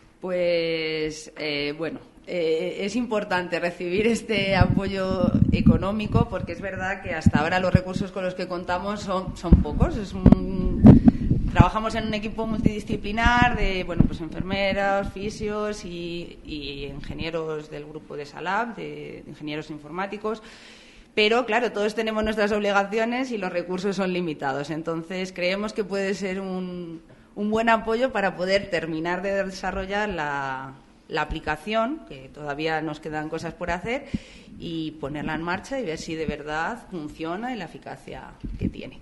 Pues, eh, bueno, eh, es importante recibir este apoyo económico, porque es verdad que hasta ahora los recursos con los que contamos son, son pocos. Es un, trabajamos en un equipo multidisciplinar de, bueno, pues enfermeras, fisios y, y ingenieros del grupo de Salab, de, de ingenieros informáticos. Pero, claro, todos tenemos nuestras obligaciones y los recursos son limitados. Entonces, creemos que puede ser un, un buen apoyo para poder terminar de desarrollar la, la aplicación, que todavía nos quedan cosas por hacer, y ponerla en marcha y ver si de verdad funciona y la eficacia que tiene.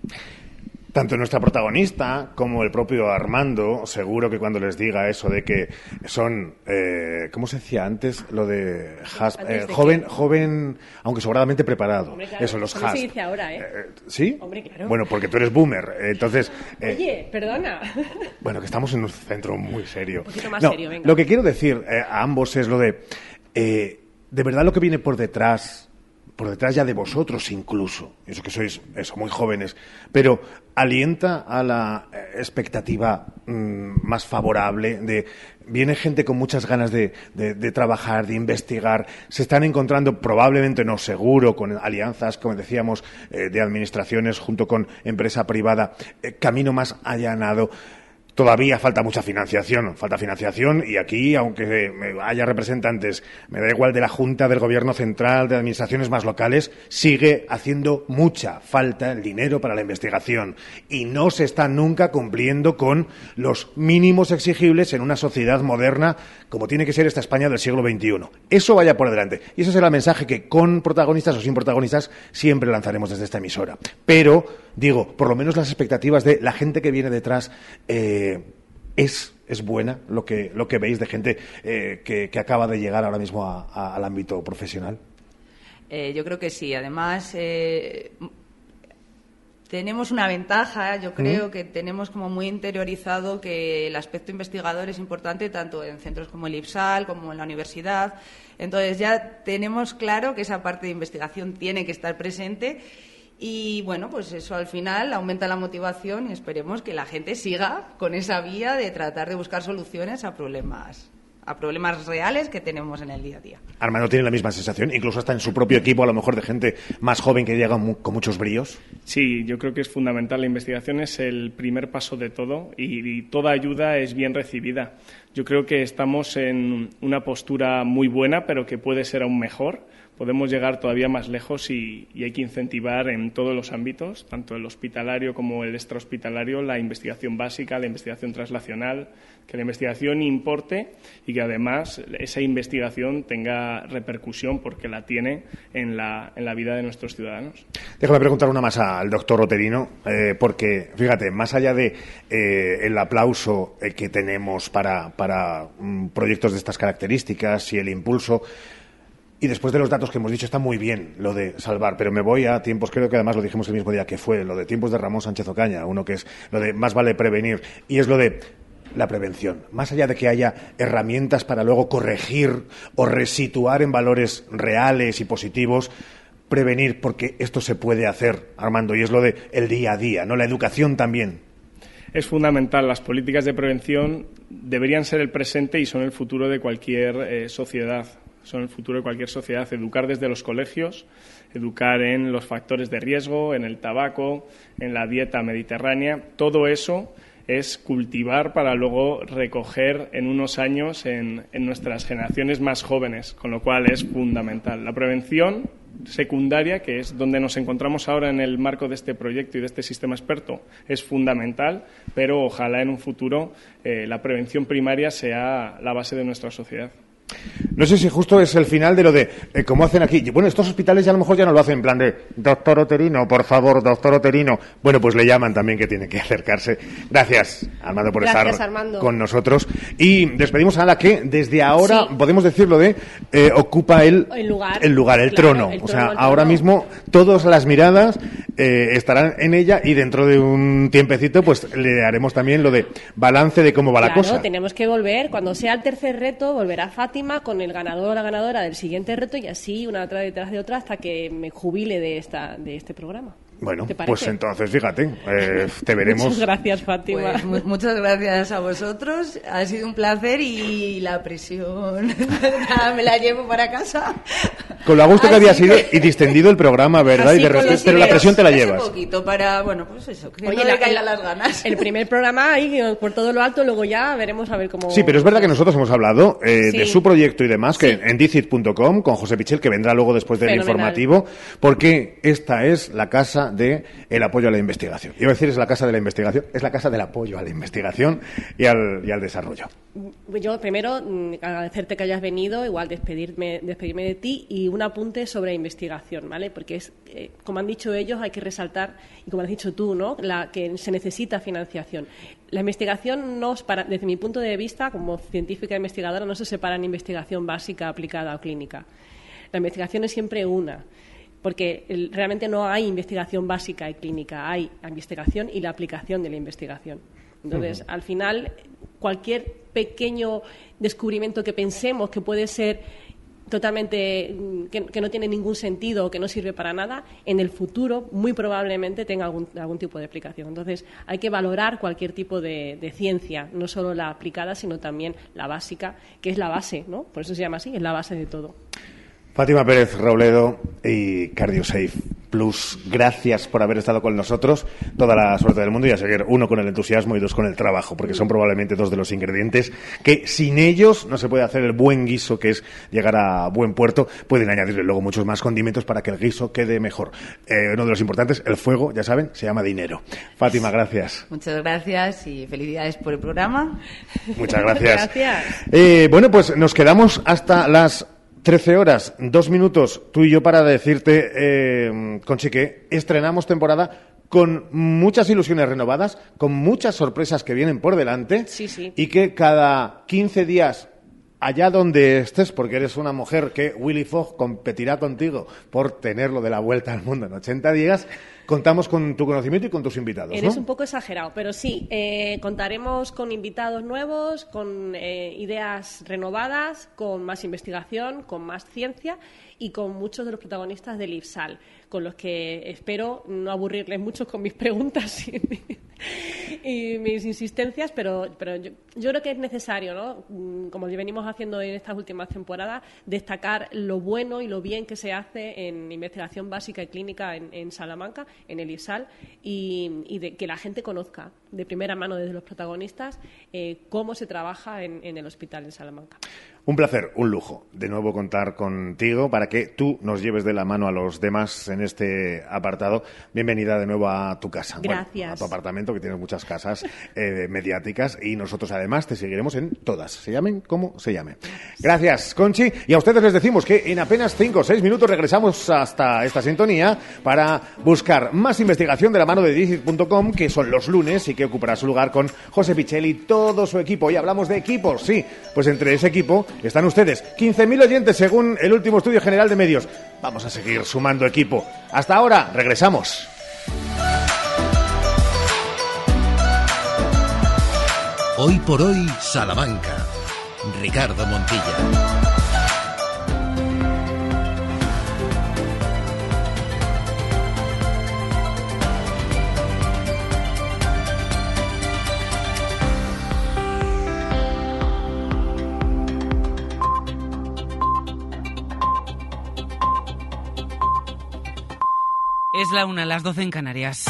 Tanto nuestra protagonista como el propio Armando, seguro que cuando les diga eso de que son, eh, ¿cómo se decía antes? Lo de hasp, eh, joven, qué? joven, aunque sobradamente preparado. Hombre, claro, eso, los hasp. se dice ahora, ¿eh? eh ¿Sí? Hombre, claro. Bueno, porque tú eres boomer, entonces... Eh, Oye, perdona. Bueno, que estamos en un centro muy serio. Un poquito más no, serio, venga. Lo que quiero decir eh, a ambos es lo de, eh, de verdad lo que viene por detrás... por detrás ya de vosotros incluso, eso que sois eso, muy jóvenes, pero alienta a la expectativa mmm, más favorable de viene gente con muchas ganas de, de, de trabajar, de investigar, se están encontrando probablemente, no seguro, con alianzas, como decíamos, eh, de administraciones junto con empresa privada, eh, camino más allanado. Todavía falta mucha financiación, falta financiación y aquí, aunque haya representantes, me da igual de la Junta, del Gobierno Central, de administraciones más locales, sigue haciendo mucha falta el dinero para la investigación y no se está nunca cumpliendo con los mínimos exigibles en una sociedad moderna como tiene que ser esta España del siglo veintiuno. Eso vaya por delante. Y ese será el mensaje que con protagonistas o sin protagonistas siempre lanzaremos desde esta emisora. Pero, digo, por lo menos las expectativas de la gente que viene detrás... Eh, Es, es buena lo que, lo que veis de gente eh, que, que acaba de llegar ahora mismo a, a, al ámbito profesional. Eh, yo creo que sí. Además, eh, tenemos una ventaja. Yo creo mm. que tenemos como muy interiorizado que el aspecto investigador es importante tanto en centros como el IPSAL como en la universidad. Entonces ya tenemos claro que esa parte de investigación tiene que estar presente. Y, bueno, pues eso al final aumenta la motivación y esperemos que la gente siga con esa vía de tratar de buscar soluciones a problemas a problemas reales que tenemos en el día a día. Armando tiene la misma sensación, incluso hasta en su propio equipo, a lo mejor de gente más joven que llega mu- con muchos bríos. Sí, yo creo que es fundamental. La investigación es el primer paso de todo y, y toda ayuda es bien recibida. Yo creo que estamos en una postura muy buena, pero que puede ser aún mejor. Podemos llegar todavía más lejos y, y hay que incentivar en todos los ámbitos, tanto el hospitalario como el extrahospitalario, la investigación básica, la investigación translacional, que la investigación importe y que además esa investigación tenga repercusión, porque la tiene en la, en la vida de nuestros ciudadanos. Déjame preguntar una más al doctor Oterino, eh, porque, fíjate, más allá de eh, el aplauso eh, que tenemos para, para um, proyectos de estas características y el impulso, y después de los datos que hemos dicho, está muy bien lo de salvar, pero me voy a tiempos, creo que además lo dijimos el mismo día que fue, lo de tiempos de Ramón Sánchez Ocaña, uno que es lo de más vale prevenir, y es lo de la prevención. Más allá de que haya herramientas para luego corregir o resituar en valores reales y positivos, prevenir, porque esto se puede hacer, Armando, y es lo de el día a día, ¿no? La educación también. es fundamental. Las políticas de prevención deberían ser el presente y son el futuro de cualquier eh, sociedad. Son el futuro de cualquier sociedad. Educar desde los colegios, educar en los factores de riesgo, en el tabaco, en la dieta mediterránea. Todo eso es cultivar para luego recoger en unos años en, en nuestras generaciones más jóvenes, con lo cual es fundamental. La prevención secundaria, que es donde nos encontramos ahora en el marco de este proyecto y de este sistema experto, es fundamental, pero ojalá en un futuro eh, la prevención primaria sea la base de nuestra sociedad. No sé si justo es el final de lo de eh, cómo hacen aquí. Bueno, estos hospitales ya a lo mejor ya no lo hacen en plan de doctor Oterino, por favor, doctor Oterino. Bueno, pues le llaman también, que tiene que acercarse. Gracias, Armando, por Gracias, estar Armando. con nosotros. Y despedimos a la que desde ahora Sí. podemos decirlo de eh, ocupa el, El lugar. el lugar, el Claro, trono. el O sea, trono, el ahora trono. mismo todas las miradas eh, estarán en ella y dentro de un tiempecito pues le haremos también lo de balance de cómo va la Claro, cosa. tenemos que volver, cuando sea el tercer reto, volverá Fátima con el ganador o la ganadora del siguiente reto y así una otra detrás de otra hasta que me jubile de esta de este programa. Bueno, ¿Te parece? pues entonces, fíjate, eh, te veremos. Muchas gracias, Fátima. Pues, mu- muchas gracias a vosotros, ha sido un placer y la presión nada, me la llevo para casa. Con lo a gusto que Así había sido que- y distendido el programa, ¿verdad? Así Y de con repente, los pero la ideos, presión te la ese llevas. poquito para, bueno, pues eso, que Oye, no la- le caigan el- las ganas. El primer programa ahí por todo lo alto, luego ya veremos a ver cómo. Sí, pero es verdad que nosotros hemos hablado eh, Sí. de su proyecto y demás, que Sí. en dicit punto com, con José Pichel, que vendrá luego después del Fenomenal. informativo, porque esta es la casa de el apoyo a la investigación. Iba a decir es la casa de la investigación, es la casa del apoyo a la investigación y al, y al desarrollo. Yo primero mm, agradecerte que hayas venido, igual despedirme, despedirme de ti y un apunte sobre investigación, ¿vale? Porque es, eh, como han dicho ellos, hay que resaltar y como has dicho tú, ¿no? La que se necesita financiación. La investigación no es para, desde mi punto de vista, como científica investigadora, no se separa en investigación básica, aplicada o clínica. La investigación es siempre una. Porque el- realmente no hay investigación básica y clínica, hay investigación y la aplicación de la investigación. Entonces, Ujú. al final, cualquier pequeño descubrimiento que pensemos que puede ser totalmente mm, que, que no tiene ningún sentido o que no sirve para nada, en el futuro muy probablemente tenga algún, algún tipo de aplicación. Entonces, hay que valorar cualquier tipo de, de ciencia, no solo la aplicada, sino también la básica, que es la base, ¿no? Por eso se llama así, es la base de todo. Fátima Pérez Robledo y CardioSafe Plus, gracias por haber estado con nosotros. Toda la suerte del mundo y a seguir, uno con el entusiasmo y dos con el trabajo, porque son probablemente dos de los ingredientes que sin ellos no se puede hacer el buen guiso que es llegar a buen puerto. Pueden añadirle luego muchos más condimentos para que el guiso quede mejor. Eh, uno de los importantes, el fuego, ya saben, se llama dinero. Fátima, gracias. Muchas gracias y felicidades por el programa. Muchas gracias. Gracias. Eh, bueno, pues nos quedamos hasta las trece horas, dos minutos, tú y yo para decirte, eh, Conchi, que estrenamos temporada con muchas ilusiones renovadas, con muchas sorpresas que vienen por delante Sí, sí. y que cada quince días, allá donde estés, porque eres una mujer que Willy Fogg competirá contigo por tenerlo de la vuelta al mundo en ochenta días, contamos con tu conocimiento y con tus invitados, Eres ¿no? un poco exagerado, pero sí, eh, contaremos con invitados nuevos, con eh, ideas renovadas, con más investigación, con más ciencia y con muchos de los protagonistas del IFSAL, con los que espero no aburrirles mucho con mis preguntas y, y mis insistencias, pero, pero yo, yo creo que es necesario, ¿no? Mm, como venimos haciendo en estas últimas temporadas, destacar lo bueno y lo bien que se hace en investigación básica y clínica en, en Salamanca, en el IFSAL, y, y de, que la gente conozca de primera mano desde los protagonistas eh, cómo se trabaja en, en el hospital de Salamanca. Un placer, un lujo, de nuevo contar contigo para que tú nos lleves de la mano a los demás en este apartado. Bienvenida de nuevo a tu casa. Gracias. Bueno, a tu apartamento, que tienes muchas casas eh, mediáticas y nosotros además te seguiremos en todas, se llamen como se llame. Gracias, Conchi. Y a ustedes les decimos que en apenas cinco o seis minutos regresamos hasta esta sintonía para buscar más investigación de la mano de dicit punto com, que son los lunes y que ocupará su lugar con José Pichel y todo su equipo. Y hablamos de equipos, sí, pues entre ese equipo están ustedes, quince mil oyentes según el último estudio general de medios. Vamos a seguir sumando equipo. Hasta ahora, regresamos. Hoy por hoy, Salamanca. Ricardo Montilla. Es la una, las doce en Canarias.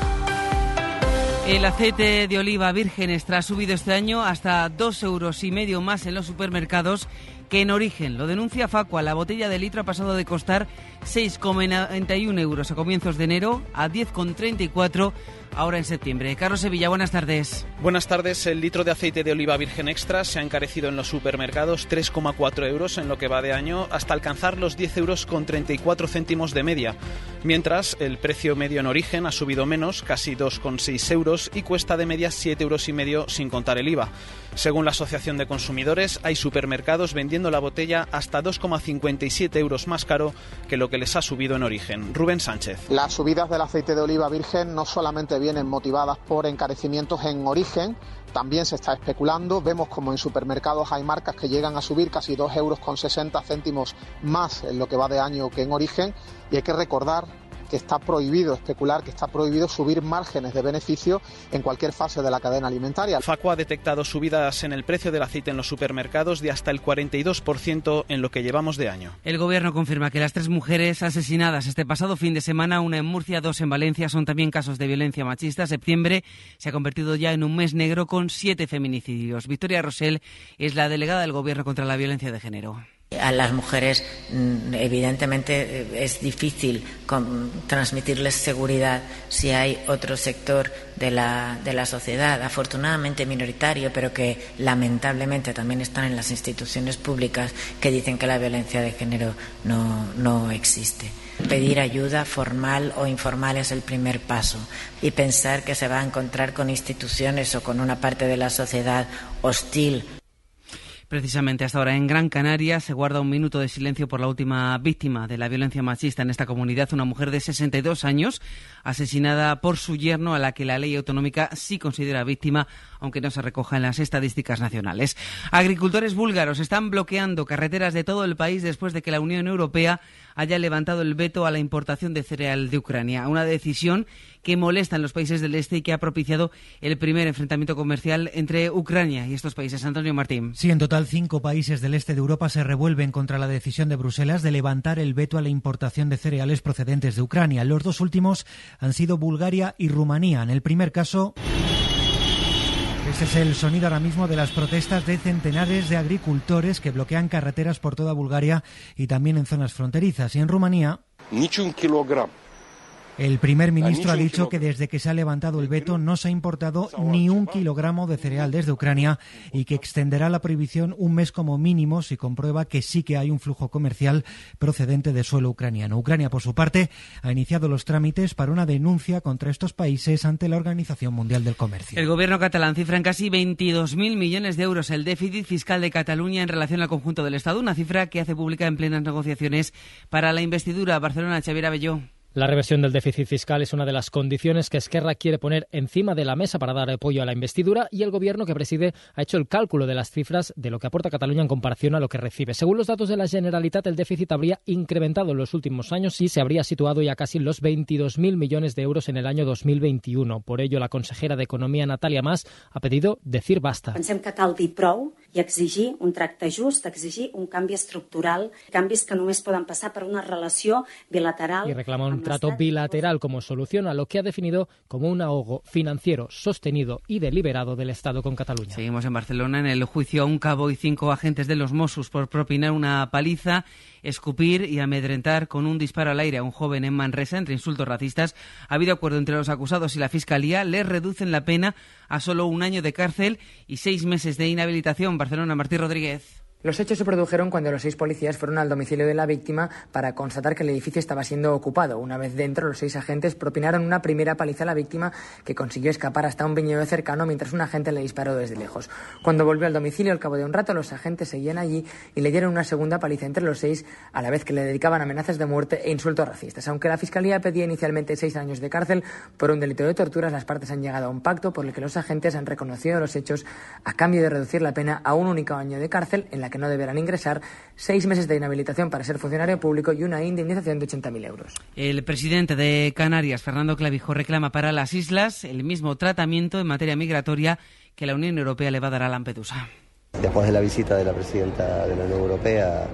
El aceite de oliva virgen extra ha subido este año hasta dos euros y medio más en los supermercados que en origen. Lo denuncia Facua. La botella de litro ha pasado de costar seis coma noventa y uno euros a comienzos de enero a diez coma treinta y cuatro ahora en septiembre. Carlos Sevilla, buenas tardes. Buenas tardes. El litro de aceite de oliva virgen extra se ha encarecido en los supermercados tres coma cuatro euros en lo que va de año, hasta alcanzar los diez euros con treinta y cuatro céntimos de media. Mientras, el precio medio en origen ha subido menos, casi dos coma seis euros, y cuesta de media siete euros y medio sin contar el I V A. Según la Asociación de Consumidores, hay supermercados vendiendo la botella hasta dos coma cincuenta y siete euros más caro que lo que les ha subido en origen. Rubén Sánchez. Las subidas del aceite de oliva virgen no solamente vienen motivadas por encarecimientos en origen, también se está especulando. Vemos como en supermercados hay marcas que llegan a subir casi dos euros con sesenta céntimos más en lo que va de año que en origen, y hay que recordar que está prohibido especular, que está prohibido subir márgenes de beneficio en cualquier fase de la cadena alimentaria. Facua ha detectado subidas en el precio del aceite en los supermercados de hasta el cuarenta y dos por ciento en lo que llevamos de año. El Gobierno confirma que las tres mujeres asesinadas este pasado fin de semana, una en Murcia, dos en Valencia, son también casos de violencia machista. Septiembre se ha convertido ya en un mes negro con siete feminicidios. Victoria Rosell es la delegada del Gobierno contra la violencia de género. A las mujeres, evidentemente, es difícil transmitirles seguridad si hay otro sector de la, de la sociedad, afortunadamente minoritario, pero que lamentablemente también están en las instituciones públicas, que dicen que la violencia de género no, no existe. Pedir ayuda formal o informal es el primer paso, y pensar que se va a encontrar con instituciones o con una parte de la sociedad hostil. Precisamente hasta ahora en Gran Canaria se guarda un minuto de silencio por la última víctima de la violencia machista en esta comunidad, una mujer de sesenta y dos años, asesinada por su yerno, a la que la ley autonómica sí considera víctima, aunque no se recoja en las estadísticas nacionales. Agricultores búlgaros están bloqueando carreteras de todo el país después de que la Unión Europea haya levantado el veto a la importación de cereal de Ucrania, una decisión que molesta en los países del este y que ha propiciado el primer enfrentamiento comercial entre Ucrania y estos países. Antonio Martín. Sí, en total cinco países del este de Europa se revuelven contra la decisión de Bruselas de levantar el veto a la importación de cereales procedentes de Ucrania. Los dos últimos han sido Bulgaria y Rumanía. En el primer caso, este es el sonido ahora mismo de las protestas de centenares de agricultores que bloquean carreteras por toda Bulgaria y también en zonas fronterizas. Y en Rumanía, el primer ministro ha dicho que desde que se ha levantado el veto no se ha importado ni un kilogramo de cereal desde Ucrania y que extenderá la prohibición un mes como mínimo si comprueba que sí que hay un flujo comercial procedente de suelo ucraniano. Ucrania, por su parte, ha iniciado los trámites para una denuncia contra estos países ante la Organización Mundial del Comercio. El gobierno catalán cifra en casi veintidós mil millones de euros el déficit fiscal de Cataluña en relación al conjunto del Estado, una cifra que hace pública en plenas negociaciones para la investidura. Barcelona, Xavier Abelló. La reversión del déficit fiscal es una de las condiciones que Esquerra quiere poner encima de la mesa para dar apoyo a la investidura, y el gobierno que preside ha hecho el cálculo de las cifras de lo que aporta Cataluña en comparación a lo que recibe. Según los datos de la Generalitat, el déficit habría incrementado en los últimos años y se habría situado ya casi en los veintidós mil millones de euros en el año dos mil veintiuno. Por ello, la consejera de Economía, Natàlia Mas, ha pedido decir basta. Pensem que cal dir prou i exigir un tracte just, exigir un canvi estructural, canvis que només poden passar per una relació bilateral. Y reclama un trato bilateral como solución a lo que ha definido como un ahogo financiero sostenido y deliberado del Estado con Cataluña. Seguimos en Barcelona. En el juicio a un cabo y cinco agentes de los Mossos por propinar una paliza, escupir y amedrentar con un disparo al aire a un joven en Manresa entre insultos racistas. Ha habido acuerdo entre los acusados y la Fiscalía. Les reducen la pena a solo un año de cárcel y seis meses de inhabilitación. Barcelona, Martín Rodríguez. Los hechos se produjeron cuando los seis policías fueron al domicilio de la víctima para constatar que el edificio estaba siendo ocupado. Una vez dentro, los seis agentes propinaron una primera paliza a la víctima, que consiguió escapar hasta un viñedo cercano mientras un agente le disparó desde lejos. Cuando volvió al domicilio, al cabo de un rato, los agentes seguían allí y le dieron una segunda paliza entre los seis, a la vez que le dedicaban amenazas de muerte e insultos racistas. Aunque la Fiscalía pedía inicialmente seis años de cárcel por un delito de torturas, las partes han llegado a un pacto por el que los agentes han reconocido los hechos a cambio de reducir la pena a un único año de cárcel, en la que no deberán ingresar, seis meses de inhabilitación para ser funcionario público y una indemnización de ochenta mil euros. El presidente de Canarias, Fernando Clavijo, reclama para las islas el mismo tratamiento en materia migratoria que la Unión Europea le va a dar a Lampedusa. Después de la visita de la presidenta de la Unión Europea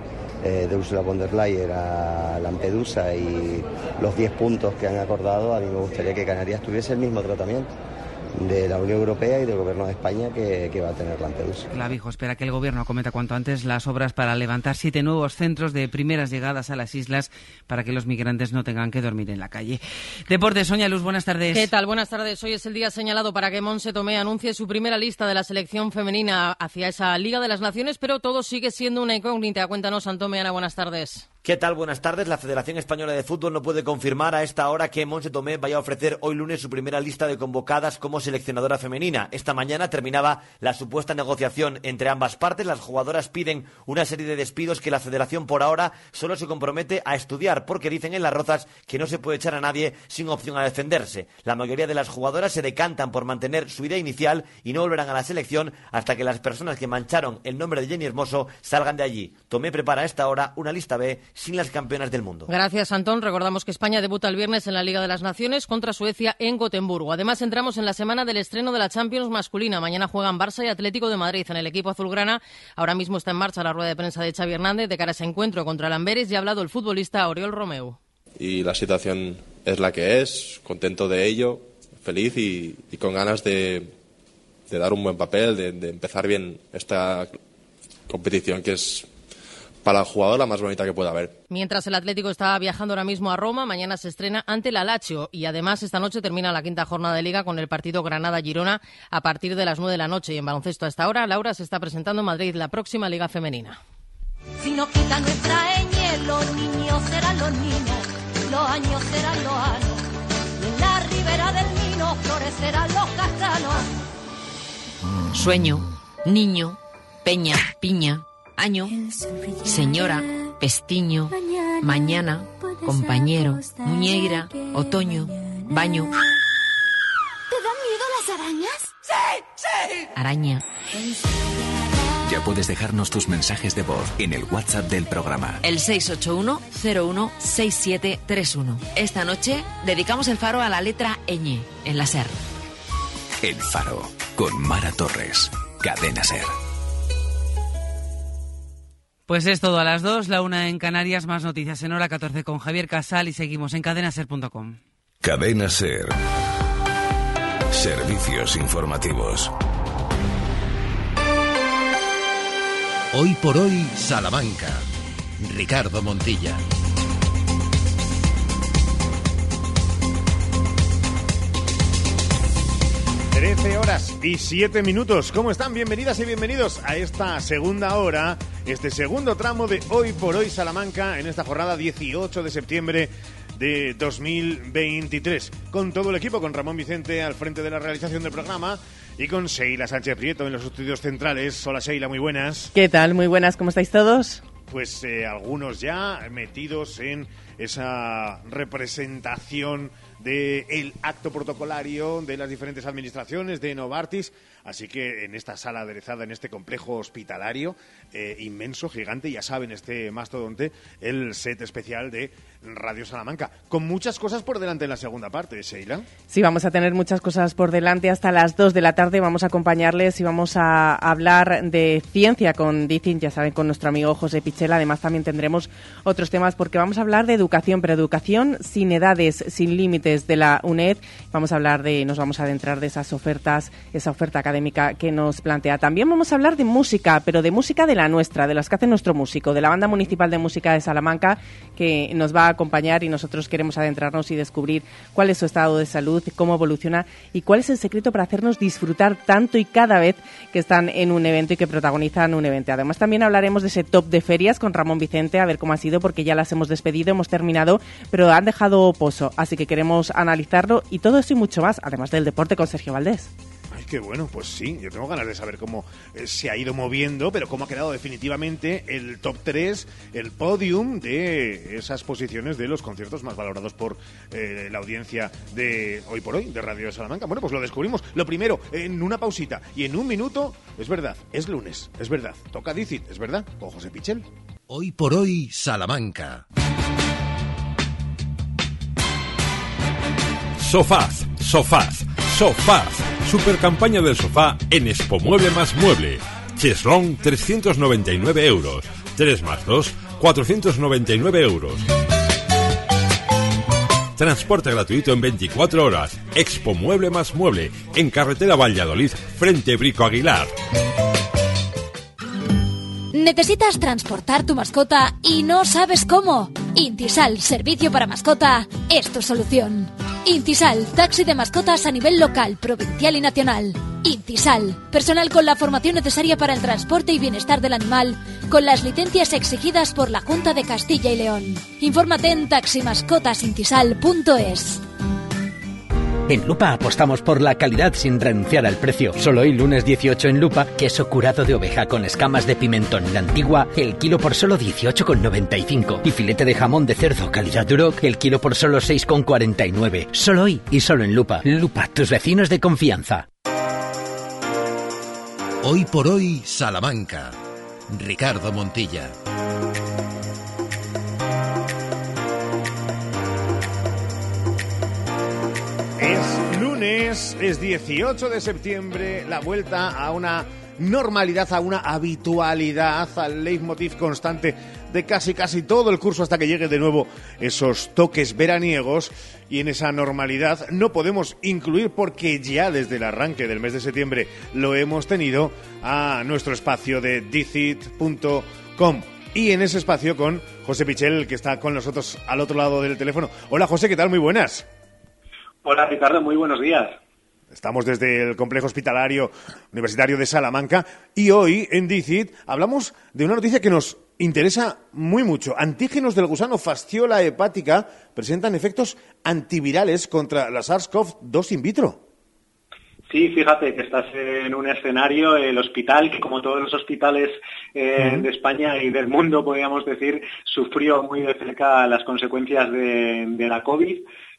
eh, de Ursula von der Leyen a Lampedusa y los diez puntos que han acordado, a mí me gustaría que Canarias tuviese el mismo tratamiento de la Unión Europea y del Gobierno de España que, que va a tener Lampedusa. Clavijo espera que el Gobierno acometa cuanto antes las obras para levantar siete nuevos centros de primeras llegadas a las islas para que los migrantes no tengan que dormir en la calle. Deportes, Sonia Luz, buenas tardes. ¿Qué tal? Buenas tardes. Hoy es el día señalado para que Montse Tomé anuncie su primera lista de la selección femenina hacia esa Liga de las Naciones, pero todo sigue siendo una incógnita. Cuéntanos, Antome, Ana, buenas tardes. ¿Qué tal? Buenas tardes. La Federación Española de Fútbol no puede confirmar a esta hora que Montse Tomé vaya a ofrecer hoy lunes su primera lista de convocadas como seleccionadora femenina. Esta mañana terminaba la supuesta negociación entre ambas partes. Las jugadoras piden una serie de despidos que la Federación por ahora solo se compromete a estudiar, porque dicen en Las Rozas que no se puede echar a nadie sin opción a defenderse. La mayoría de las jugadoras se decantan por mantener su idea inicial y no volverán a la selección hasta que las personas que mancharon el nombre de Jenny Hermoso salgan de allí. Tomé prepara a esta hora una lista B sin las campeonas del mundo. Gracias, Antón. Recordamos que España debuta el viernes en la Liga de las Naciones contra Suecia en Gotemburgo. Además, entramos en la semana del estreno de la Champions masculina. Mañana juegan Barça y Atlético de Madrid. En el equipo azulgrana ahora mismo está en marcha la rueda de prensa de Xavi Hernández de cara a ese encuentro contra el Amberes y ha hablado el futbolista Oriol Romeu. Y la situación es la que es, contento de ello, feliz y, y con ganas de, de dar un buen papel, de, de empezar bien esta competición que es para el jugador la más bonita que pueda haber. Mientras el Atlético está viajando ahora mismo a Roma, mañana se estrena ante la Lazio y además esta noche termina la quinta jornada de Liga con el partido Granada-Girona a partir de las nueve de la noche. Y en baloncesto a esta hora, Laura, se está presentando en Madrid la próxima Liga Femenina. Si no quita nuestra ñ, los niños serán los niños, los años serán los años, y en la ribera del Mino florecerán los castanos. Sueño, niño, peña, piña, año, señora, pestiño, mañana, compañero, muñeira, otoño, baño. ¿Te dan miedo las arañas? ¡Sí, sí! Araña. Ya puedes dejarnos tus mensajes de voz en el WhatsApp del programa. El seis ocho uno cero uno seis siete tres uno. Esta noche dedicamos el faro a la letra ñ en la SER. El Faro, con Mara Torres, Cadena SER. Pues es todo a las dos, la una en Canarias, más noticias en hora catorce con Javier Casal y seguimos en cadena ser punto com. Cadena SER. Servicios informativos. Hoy por hoy, Salamanca. Ricardo Montilla. trece horas y siete minutos. ¿Cómo están? Bienvenidas y bienvenidos a esta segunda hora, este segundo tramo de Hoy por Hoy Salamanca, en esta jornada dieciocho de septiembre de dos mil veintitrés. Con todo el equipo, con Ramón Vicente al frente de la realización del programa y con Sheila Sánchez Prieto en los estudios centrales. Hola Sheila, muy buenas. ¿Qué tal? Muy buenas, ¿cómo estáis todos? Pues eh, algunos ya metidos en esa representación del acto protocolario de las diferentes administraciones de Novartis. Así que en esta sala aderezada, en este complejo hospitalario eh, inmenso, gigante, ya saben, este mastodonte, el set especial de Radio Salamanca. Con muchas cosas por delante en la segunda parte, Sheila. Sí, vamos a tener muchas cosas por delante. Hasta las dos de la tarde vamos a acompañarles y vamos a hablar de ciencia con Dicin, ya saben, con nuestro amigo José Pichel. Además también tendremos otros temas porque vamos a hablar de educación, pero educación sin edades, sin límites, de la UNED. Vamos a hablar de, nos vamos a adentrar de esas ofertas, esa oferta académica que nos plantea. También vamos a hablar de música, pero de música de la nuestra, de las que hace nuestro músico, de la Banda Municipal de Música de Salamanca, que nos va a acompañar y nosotros queremos adentrarnos y descubrir cuál es su estado de salud, cómo evoluciona y cuál es el secreto para hacernos disfrutar tanto y cada vez que están en un evento y que protagonizan un evento. Además también hablaremos de ese top de ferias con Ramón Vicente, a ver cómo ha sido, porque ya las hemos despedido, hemos terminado, pero han dejado pozo, así que queremos analizarlo y todo esto y mucho más, además del deporte con Sergio Valdés. Ay, qué bueno, pues sí, yo tengo ganas de saber cómo eh, se ha ido moviendo, pero cómo ha quedado definitivamente el top tres, el podium de esas posiciones de los conciertos más valorados por eh, la audiencia de Hoy por Hoy, de Radio Salamanca. Bueno, pues lo descubrimos. Lo primero, en una pausita y en un minuto, es verdad, es lunes, es verdad, toca Dicit, es verdad, con José Pichel. Hoy por Hoy, Salamanca. Sofaz, Sofaz, Sofaz. Super campaña del sofá en Expomueble más Mueble. Cheslón, trescientos noventa y nueve euros. tres más dos cuatrocientos noventa y nueve euros. Transporte gratuito en veinticuatro horas. Expo Mueble más Mueble, en carretera Valladolid, frente Brico Aguilar. ¿Necesitas transportar tu mascota y no sabes cómo? Intisal, servicio para mascota, es tu solución. Intisal, taxi de mascotas a nivel local, provincial y nacional. Intisal, personal con la formación necesaria para el transporte y bienestar del animal, con las licencias exigidas por la Junta de Castilla y León. Infórmate en taximascotasintisal punto es. En Lupa apostamos por la calidad sin renunciar al precio. Solo hoy, lunes dieciocho, en Lupa, queso curado de oveja con escamas de pimentón La Antigua, el kilo por solo dieciocho con noventa y cinco. Y filete de jamón de cerdo calidad Duroc, el kilo por solo seis con cuarenta y nueve. Solo hoy y solo en Lupa. Lupa, tus vecinos de confianza. Hoy por hoy, Salamanca. Ricardo Montilla. Es lunes, es dieciocho de septiembre, la vuelta a una normalidad, a una habitualidad, al leitmotiv constante de casi casi todo el curso hasta que llegue de nuevo esos toques veraniegos. Y en esa normalidad no podemos incluir, porque ya desde el arranque del mes de septiembre lo hemos tenido, a nuestro espacio de dicit punto com. Y en ese espacio con José Pichel, que está con nosotros al otro lado del teléfono. Hola José, ¿qué tal? Muy buenas. Hola Ricardo, muy buenos días. Estamos desde el Complejo Hospitalario Universitario de Salamanca y hoy en Dicit hablamos de una noticia que nos interesa muy mucho. Antígenos del gusano Fasciola hepática presentan efectos antivirales contra la SARS-CoV dos in vitro. Sí, fíjate que estás en un escenario, el hospital, que como todos los hospitales eh, uh-huh. de España y del mundo, podríamos decir, sufrió muy de cerca las consecuencias de, de la COVID.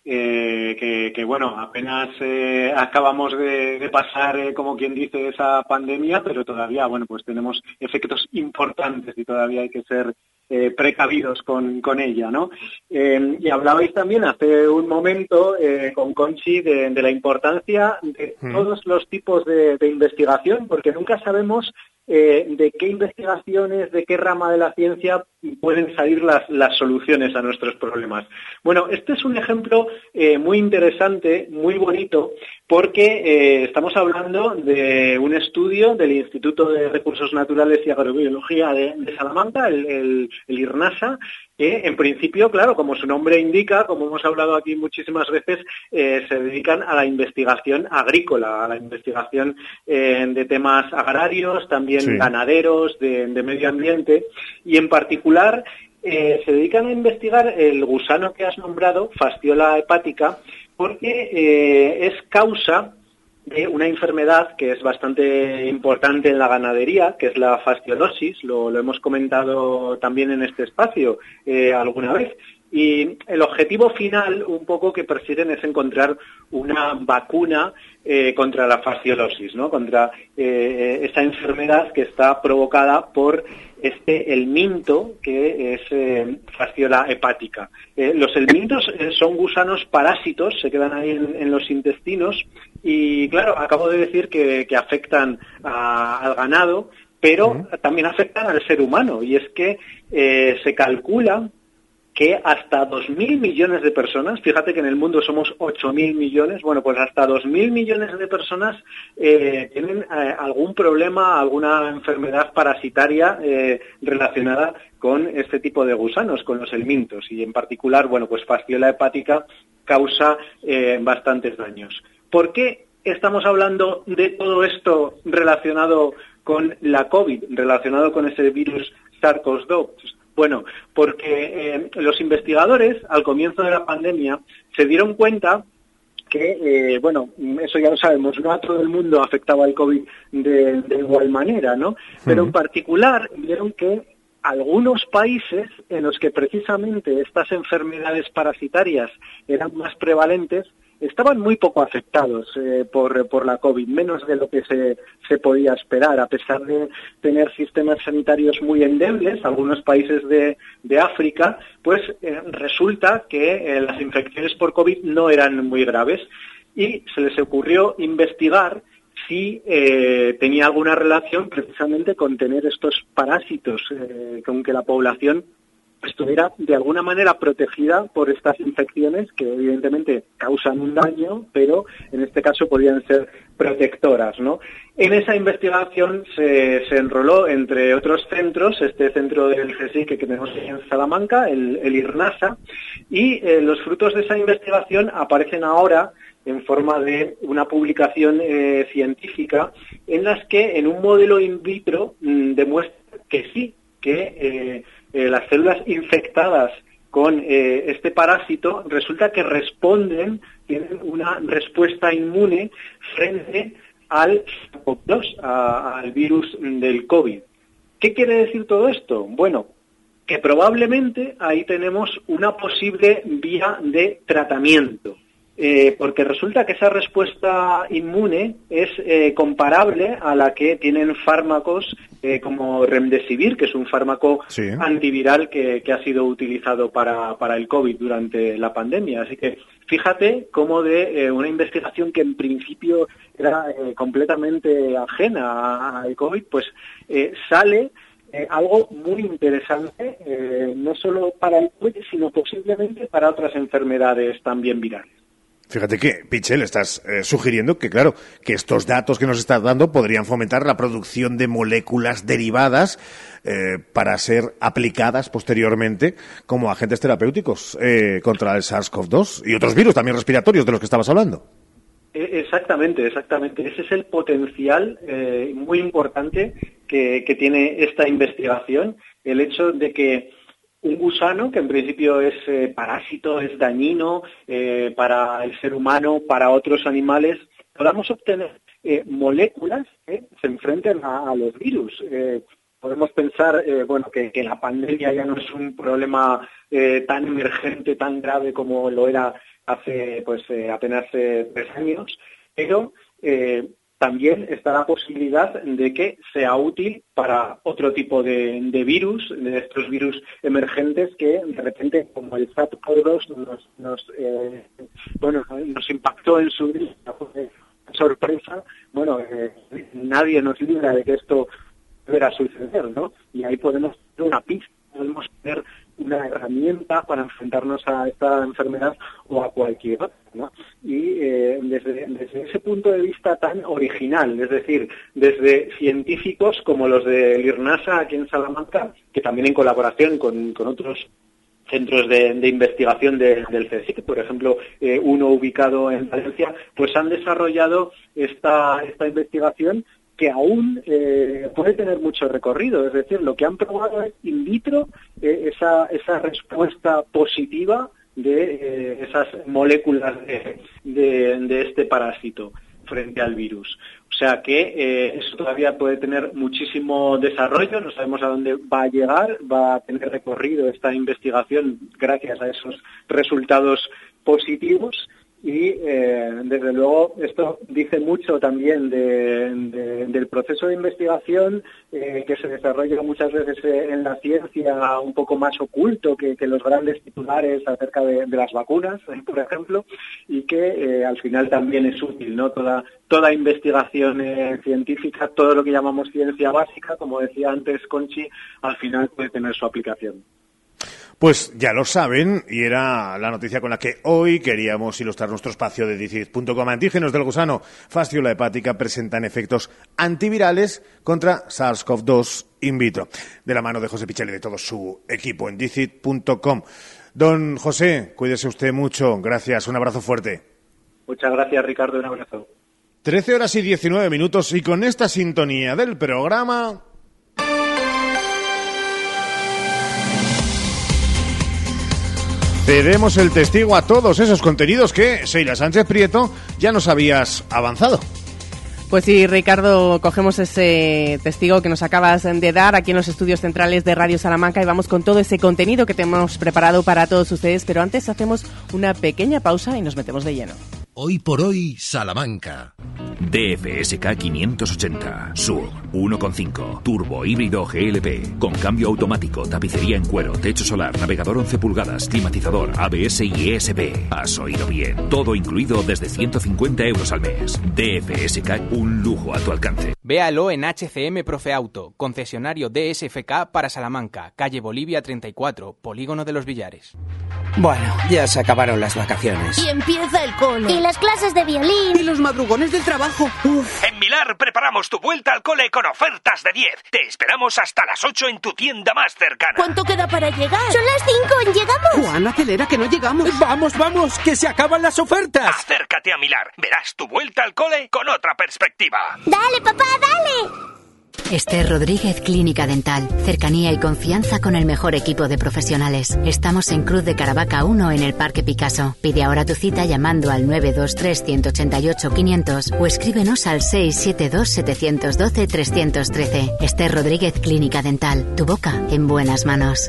Eh, que, que bueno, apenas eh, acabamos de, de pasar, eh, como quien dice, esa pandemia, pero todavía, bueno, pues tenemos efectos importantes y todavía hay que ser eh, precavidos con, con ella, ¿no? Eh, y hablabais también hace un momento eh, con Conchi de, de la importancia de mm. todos los tipos de, de investigación, porque nunca sabemos Eh, de qué investigaciones, de qué rama de la ciencia pueden salir las, las soluciones a nuestros problemas. Bueno, este es un ejemplo eh, muy interesante, muy bonito, porque eh, estamos hablando de un estudio del Instituto de Recursos Naturales y Agrobiología de, de Salamanca, el, el, el IRNASA, que en principio, claro, como su nombre indica, como hemos hablado aquí muchísimas veces, eh, se dedican a la investigación agrícola, a la investigación eh, de temas agrarios, también sí. ganaderos, de, de medio ambiente, y en particular eh, se dedican a investigar el gusano que has nombrado, Fasciola hepática, porque eh, es causa de una enfermedad que es bastante importante en la ganadería, que es la fasciolosis, lo, lo hemos comentado también en este espacio eh, alguna vez. Y el objetivo final, un poco que persiguen, es encontrar una vacuna eh, contra la fasciolosis, ¿no? Contra eh, esa enfermedad que está provocada por este helminto, que es eh, Fasciola hepática. Eh, los helmintos eh, son gusanos parásitos, se quedan ahí en, en los intestinos y, claro, acabo de decir que, que afectan a, al ganado, pero uh-huh. también afectan al ser humano, y es que eh, se calcula que hasta dos mil millones de personas, fíjate que en el mundo somos ocho mil millones, bueno, pues hasta dos mil millones de personas eh, tienen eh, algún problema, alguna enfermedad parasitaria eh, relacionada con este tipo de gusanos, con los helmintos, y en particular, bueno, pues Fasciola hepática causa eh, bastantes daños. ¿Por qué estamos hablando de todo esto relacionado con la COVID, relacionado con ese virus SARS-CoV dos? Bueno, porque eh, los investigadores al comienzo de la pandemia se dieron cuenta que, eh, bueno, eso ya lo sabemos, no a todo el mundo afectaba el COVID de, de igual manera, ¿no? Pero en particular vieron que algunos países en los que precisamente estas enfermedades parasitarias eran más prevalentes estaban muy poco afectados eh, por, por la COVID, menos de lo que se, se podía esperar, a pesar de tener sistemas sanitarios muy endebles. Algunos países de, de África, pues eh, resulta que eh, las infecciones por COVID no eran muy graves, y se les ocurrió investigar si eh, tenía alguna relación precisamente con tener estos parásitos, eh, con que la población estuviera de alguna manera protegida por estas infecciones que evidentemente causan un daño, pero en este caso podrían ser protectoras, ¿no? En esa investigación se, se enroló, entre otros centros, este centro del CSIC que tenemos en Salamanca, el, el IRNASA, y eh, los frutos de esa investigación aparecen ahora en forma de una publicación eh, científica en las que en un modelo in vitro mmm, demuestra que sí, que eh, eh, las células infectadas con eh, este parásito resulta que responden, tienen una respuesta inmune frente al SARS-CoV dos, a, al virus del COVID. ¿Qué quiere decir todo esto? Bueno, que probablemente ahí tenemos una posible vía de tratamiento. Eh, porque resulta que esa respuesta inmune es eh, comparable a la que tienen fármacos eh, como Remdesivir, que es un fármaco sí. antiviral que, que ha sido utilizado para, para el COVID durante la pandemia. Así que fíjate cómo de eh, una investigación que en principio era eh, completamente ajena al COVID, pues eh, sale eh, algo muy interesante, eh, no solo para el COVID, sino posiblemente para otras enfermedades también virales. Fíjate que, Pichel, estás eh, sugiriendo que, claro, que estos datos que nos estás dando podrían fomentar la producción de moléculas derivadas eh, para ser aplicadas posteriormente como agentes terapéuticos eh, contra el SARS-CoV dos y otros virus también respiratorios de los que estabas hablando. Exactamente, exactamente. Ese es el potencial eh, muy importante que, que tiene esta investigación, el hecho de que un gusano, que en principio es eh, parásito, es dañino eh, para el ser humano, para otros animales, podamos obtener eh, moléculas que se enfrenten a, a los virus. Eh, podemos pensar eh, bueno, que, que la pandemia ya no es un problema eh, tan emergente, tan grave como lo era hace pues eh, apenas eh, tres años, pero eh, también está la posibilidad de que sea útil para otro tipo de, de virus, de estos virus emergentes que de repente, como el SARS-CoV dos, nos, nos, eh, bueno, nos impactó en su día, fue sorpresa. Bueno, eh, nadie nos libra de que esto pudiera suceder, ¿no? Y ahí podemos tener una pista, podemos tener una herramienta para enfrentarnos a esta enfermedad o a cualquier otra, ¿no? Y eh, desde, desde ese punto de vista tan original, es decir, desde científicos como los del IRNASA aquí en Salamanca, que también en colaboración con, con otros centros de, de investigación de, del CSIC, por ejemplo, eh, uno ubicado en Valencia, pues han desarrollado esta, esta investigación que aún eh, puede tener mucho recorrido. Es decir, lo que han probado es in vitro eh, esa, esa respuesta positiva de eh, esas moléculas de, de, de este parásito frente al virus. O sea que eh, eso todavía puede tener muchísimo desarrollo, no sabemos a dónde va a llegar, va a tener recorrido esta investigación gracias a esos resultados positivos. Y, eh, desde luego, esto dice mucho también de, de, del proceso de investigación eh, que se desarrolla muchas veces en la ciencia un poco más oculto que, que los grandes titulares acerca de, de las vacunas, eh, por ejemplo, y que eh, al final también es útil, ¿no? Toda, toda investigación eh, científica, todo lo que llamamos ciencia básica, como decía antes Conchi, al final puede tener su aplicación. Pues ya lo saben, y era la noticia con la que hoy queríamos ilustrar nuestro espacio de dicid punto com. Antígenos del gusano fasciola hepática presentan efectos antivirales contra SARS-CoV dos in vitro. De la mano de José Pichel y de todo su equipo en dicid punto com. Don José, cuídese usted mucho. Gracias, un abrazo fuerte. Muchas gracias, Ricardo, un abrazo. trece horas y diecinueve minutos, y con esta sintonía del programa cedemos el testigo a todos esos contenidos que, Sheila Sánchez Prieto, ya nos habías avanzado. Pues sí, Ricardo, cogemos ese testigo que nos acabas de dar aquí en los estudios centrales de Radio Salamanca y vamos con todo ese contenido que tenemos preparado para todos ustedes, pero antes hacemos una pequeña pausa y nos metemos de lleno. Hoy por hoy, Salamanca. D F S K quinientos ochenta, S U V, uno coma cinco, turbo híbrido G L P, con cambio automático, tapicería en cuero, techo solar, navegador once pulgadas, climatizador, A B S y E S P. Has oído bien, todo incluido desde ciento cincuenta euros al mes. D F S K, un lujo a tu alcance. Véalo en H C M Profeauto, concesionario D S F K para Salamanca, calle Bolivia treinta y cuatro, Polígono de los Villares. Bueno, ya se acabaron las vacaciones. Y empieza el cole. Y las clases de violín. Y los madrugones del trabajo. Uf. En Milar preparamos tu vuelta al cole con ofertas de diez. Te esperamos hasta las ocho en tu tienda más cercana. ¿Cuánto queda para llegar? Son las cinco, ¿llegamos? Juan, acelera que no llegamos. Vamos, vamos, que se acaban las ofertas. Acércate a Milar. Verás tu vuelta al cole con otra perspectiva. Dale, papá, dale. Esther Rodríguez Clínica Dental. Cercanía y confianza con el mejor equipo de profesionales. Estamos en Cruz de Caravaca uno en el Parque Picasso. Pide ahora tu cita llamando al nueve dos tres, uno ocho ocho, quinientos o escríbenos al seis siete dos, siete uno dos, tres uno tres. Esther Rodríguez Clínica Dental. Tu boca en buenas manos.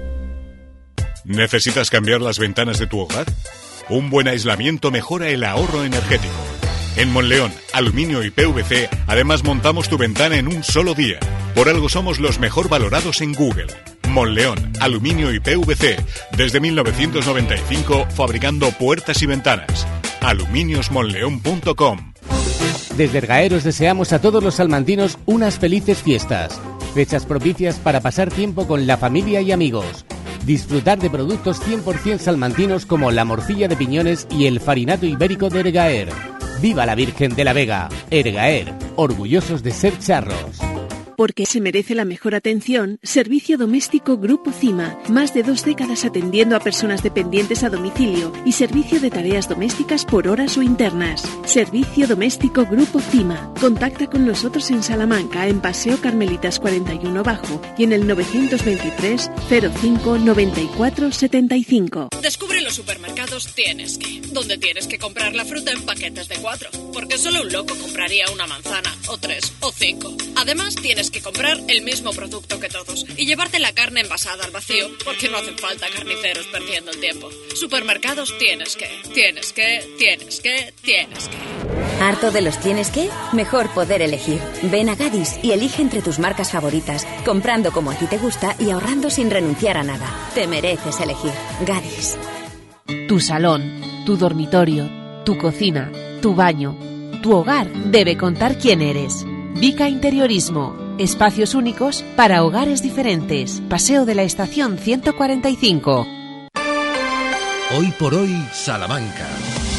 ¿Necesitas cambiar las ventanas de tu hogar? Un buen aislamiento mejora el ahorro energético. En Monleón, Aluminio y P V C, además montamos tu ventana en un solo día. Por algo somos los mejor valorados en Google. Monleón, Aluminio y P V C, desde mil novecientos noventa y cinco fabricando puertas y ventanas. aluminios monleón punto com. Desde Ergaer os deseamos a todos los salmantinos unas felices fiestas. Fechas propicias para pasar tiempo con la familia y amigos. Disfrutar de productos cien por ciento salmantinos como la morcilla de piñones y el farinato ibérico de Ergaer. ¡Viva la Virgen de la Vega! Ergaer, orgullosos de ser charros. Porque se merece la mejor atención, Servicio Doméstico Grupo CIMA. Más de dos décadas atendiendo a personas dependientes a domicilio y servicio de tareas domésticas por horas o internas. Servicio Doméstico Grupo CIMA. Contacta con nosotros en Salamanca, en Paseo Carmelitas cuarenta y uno Bajo y en el novecientos veintitrés, cero cinco, noventa y cuatro, setenta y cinco. Descubre los supermercados Tienes Que, donde tienes que comprar la fruta en paquetes de cuatro, porque solo un loco compraría una manzana, o tres, o cinco. Además, tienes que comprar el mismo producto que todos y llevarte la carne envasada al vacío, porque no hacen falta carniceros perdiendo el tiempo. Supermercados Tienes Que, tienes que, tienes que, tienes que. ¿Harto de los tienes que? Mejor poder elegir. Ven a Gadis y elige entre tus marcas favoritas, comprando como a ti te gusta y ahorrando sin renunciar a nada. Te mereces elegir. Gadis. Tu salón, tu dormitorio, tu cocina, tu baño, tu hogar debe contar quién eres. Vica Interiorismo. Espacios únicos para hogares diferentes. Paseo de la Estación ciento cuarenta y cinco. Hoy por hoy, Salamanca.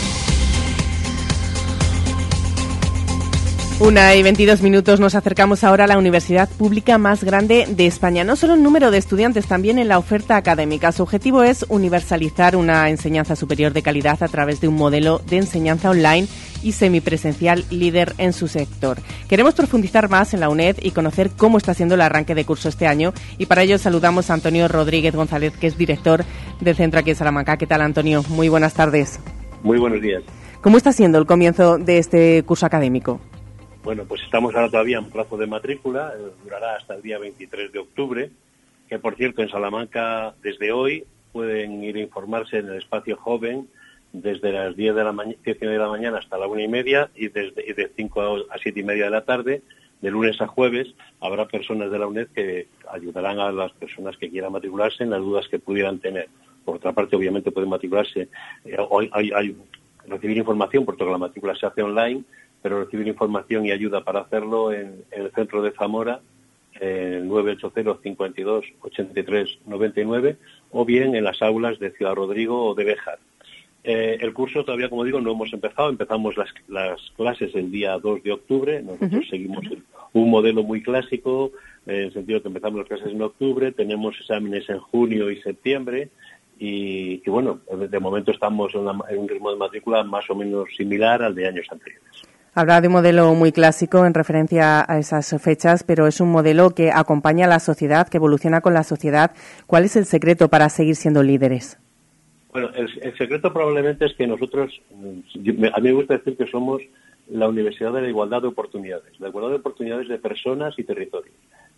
Una y veintidós minutos, nos acercamos ahora a la universidad pública más grande de España. No solo en número de estudiantes, también en la oferta académica. Su objetivo es universalizar una enseñanza superior de calidad a través de un modelo de enseñanza online y semipresencial líder en su sector. Queremos profundizar más en la UNED y conocer cómo está siendo el arranque de curso este año, y para ello saludamos a Antonio Rodríguez González, que es director del centro aquí en Salamanca. ¿Qué tal, Antonio? Muy buenas tardes. Muy buenos días. ¿Cómo está siendo el comienzo de este curso académico? Bueno, pues estamos ahora todavía en plazo de matrícula, eh, durará hasta el día veintitrés de octubre, que por cierto en Salamanca desde hoy pueden ir a informarse en el espacio joven desde las diez de la mañana, diez y media de la mañana hasta la una y media y desde y de cinco a siete y media de la tarde, de lunes a jueves. Habrá personas de la UNED que ayudarán a las personas que quieran matricularse en las dudas que pudieran tener. Por otra parte, obviamente pueden matricularse, eh, hoy hay, hay recibir información, porque la matrícula se hace online, pero recibir información y ayuda para hacerlo en, en el centro de Zamora, en el nueve ocho cero, cincuenta y dos, ochenta y tres, noventa y nueve, o bien en las aulas de Ciudad Rodrigo o de Béjar. Eh, el curso todavía, como digo, no hemos empezado. Empezamos las, las clases el día dos de octubre. Nosotros uh-huh. seguimos un modelo muy clásico, en el sentido que empezamos las clases en octubre, tenemos exámenes en junio y septiembre, y, y bueno, de momento estamos en, una, en un ritmo de matrícula más o menos similar al de años anteriores. Habla de un modelo muy clásico en referencia a esas fechas, pero es un modelo que acompaña a la sociedad, que evoluciona con la sociedad. ¿Cuál es el secreto para seguir siendo líderes? Bueno, el, el secreto probablemente es que nosotros, yo, a mí me gusta decir que somos la Universidad de la Igualdad de Oportunidades, la igualdad de oportunidades de personas y territorios.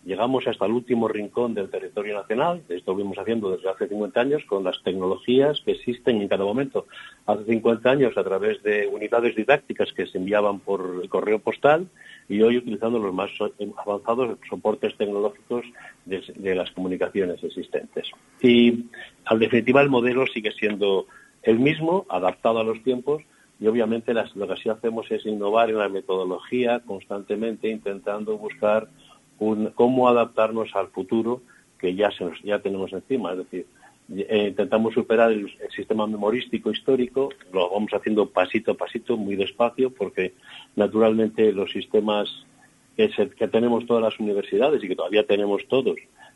llegamos hasta el último rincón del territorio nacional. Esto lo venimos haciendo desde hace cincuenta años con las tecnologías que existen en cada momento. Hace cincuenta años a través de unidades didácticas que se enviaban por el correo postal, y hoy utilizando los más avanzados soportes tecnológicos de, de las comunicaciones existentes. Y, en definitiva, el modelo sigue siendo el mismo, adaptado a los tiempos, y obviamente las, lo que sí hacemos es innovar en la metodología constantemente, intentando buscar un, cómo adaptarnos al futuro que ya, se nos, ya tenemos encima. Es decir, eh, intentamos superar el, el sistema memorístico histórico, lo vamos haciendo pasito a pasito, muy despacio, porque naturalmente los sistemas que, se, que tenemos todas las universidades y que todavía tenemos todos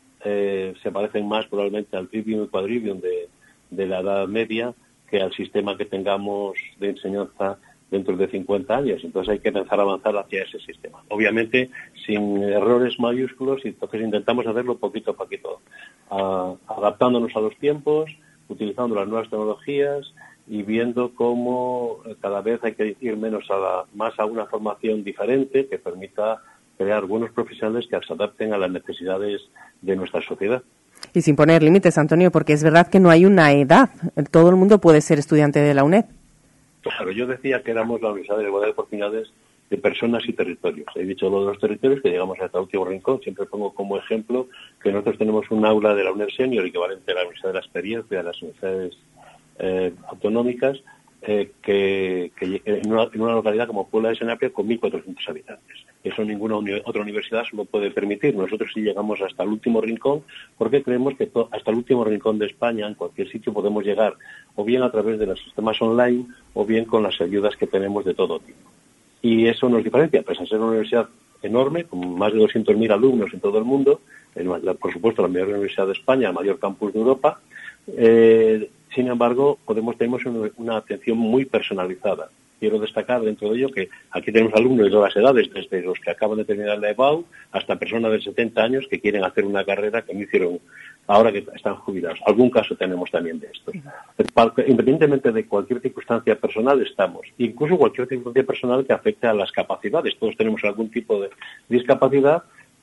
eh, se parecen más probablemente al trivium y quadrivium de, de la Edad Media que al sistema que tengamos de enseñanza dentro de cincuenta años. Entonces hay que empezar a avanzar hacia ese sistema. Obviamente sin errores mayúsculos, y entonces intentamos hacerlo poquito a poquito, a, adaptándonos a los tiempos, utilizando las nuevas tecnologías y viendo cómo cada vez hay que ir menos a la, más a una formación diferente que permita crear buenos profesionales que se adapten a las necesidades de nuestra sociedad. Y sin poner límites, Antonio, porque es verdad que no hay una edad. Todo el mundo puede ser estudiante de la UNED. Claro, yo decía que éramos la Universidad de la Igualdad de Oportunidades de personas y territorios. He dicho lo de los territorios, que llegamos hasta el último rincón. Siempre pongo como ejemplo que nosotros tenemos un aula de la UNED Senior, equivalente a la Universidad de la Experiencia, a las universidades eh, autonómicas, eh, que, que en, una, en una localidad como Puebla de Senapia con mil cuatrocientos habitantes. Eso ninguna uni- otra universidad se lo puede permitir. Nosotros sí llegamos hasta el último rincón, porque creemos que to- hasta el último rincón de España, en cualquier sitio, podemos llegar, o bien a través de los sistemas online, o bien con las ayudas que tenemos de todo tipo. Y eso nos diferencia, pese a ser una universidad enorme, con más de doscientos mil alumnos en todo el mundo, el, la, por supuesto la mayor universidad de España, el mayor campus de Europa. Eh, sin embargo, podemos tenemos una, una atención muy personalizada. Quiero destacar dentro de ello que aquí tenemos alumnos de todas las edades, desde los que acaban de terminar la E B A U hasta personas de setenta años que quieren hacer una carrera que no hicieron ahora que están jubilados. Algún caso tenemos también de esto. Independientemente de cualquier circunstancia personal, estamos. Incluso cualquier circunstancia personal que afecte a las capacidades. Todos tenemos algún tipo de discapacidad,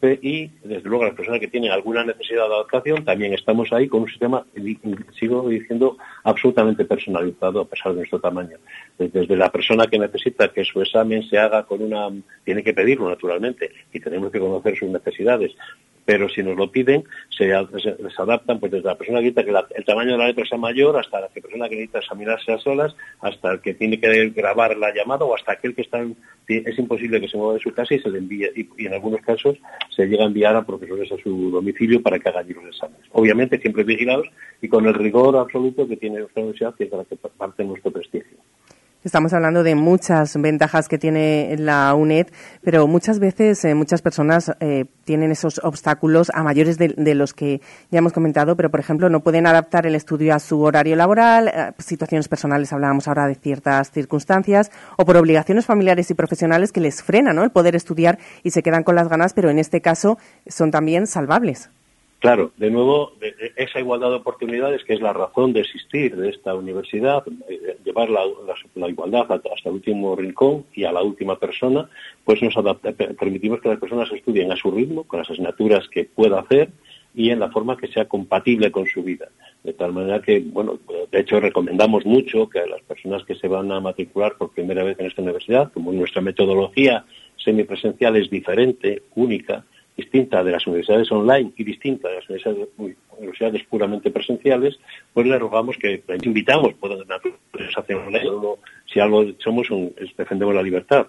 y desde luego las personas que tienen alguna necesidad de adaptación también estamos ahí con un sistema, sigo diciendo, absolutamente personalizado a pesar de nuestro tamaño. Desde la persona que necesita que su examen se haga con una, tiene que pedirlo naturalmente y tenemos que conocer sus necesidades, pero si nos lo piden se, se, se adaptan pues desde la persona que necesita que la, el tamaño de la letra sea mayor hasta la persona que necesita examinarse a solas, hasta el que tiene que grabar la llamada o hasta aquel que está en, es imposible que se mueva de su casa y se le envíe, y, y en algunos casos se llega a enviar a profesores a su domicilio para que hagan los exámenes. Obviamente siempre vigilados y con el rigor absoluto que tiene nuestra universidad, que es la que parte de nuestro prestigio. Estamos hablando de muchas ventajas que tiene la UNED, pero muchas veces eh, muchas personas eh, tienen esos obstáculos a mayores de, de los que ya hemos comentado, pero por ejemplo no pueden adaptar el estudio a su horario laboral, eh, situaciones personales, hablábamos ahora de ciertas circunstancias, o por obligaciones familiares y profesionales que les frenan, ¿no?, el poder estudiar y se quedan con las ganas, pero en este caso son también salvables. Claro, de nuevo, esa igualdad de oportunidades, que es la razón de existir de esta universidad, llevar la, la, la igualdad hasta el último rincón y a la última persona, pues nos adapta, permitimos que las personas estudien a su ritmo, con las asignaturas que pueda hacer y en la forma que sea compatible con su vida. De tal manera que, bueno, de hecho recomendamos mucho que a las personas que se van a matricular por primera vez en esta universidad, como nuestra metodología semipresencial es diferente, única, distinta de las universidades online y distinta de las universidades, universidades puramente presenciales, pues le rogamos que les invitamos, pueden hacer online, si algo somos, un, defendemos la libertad,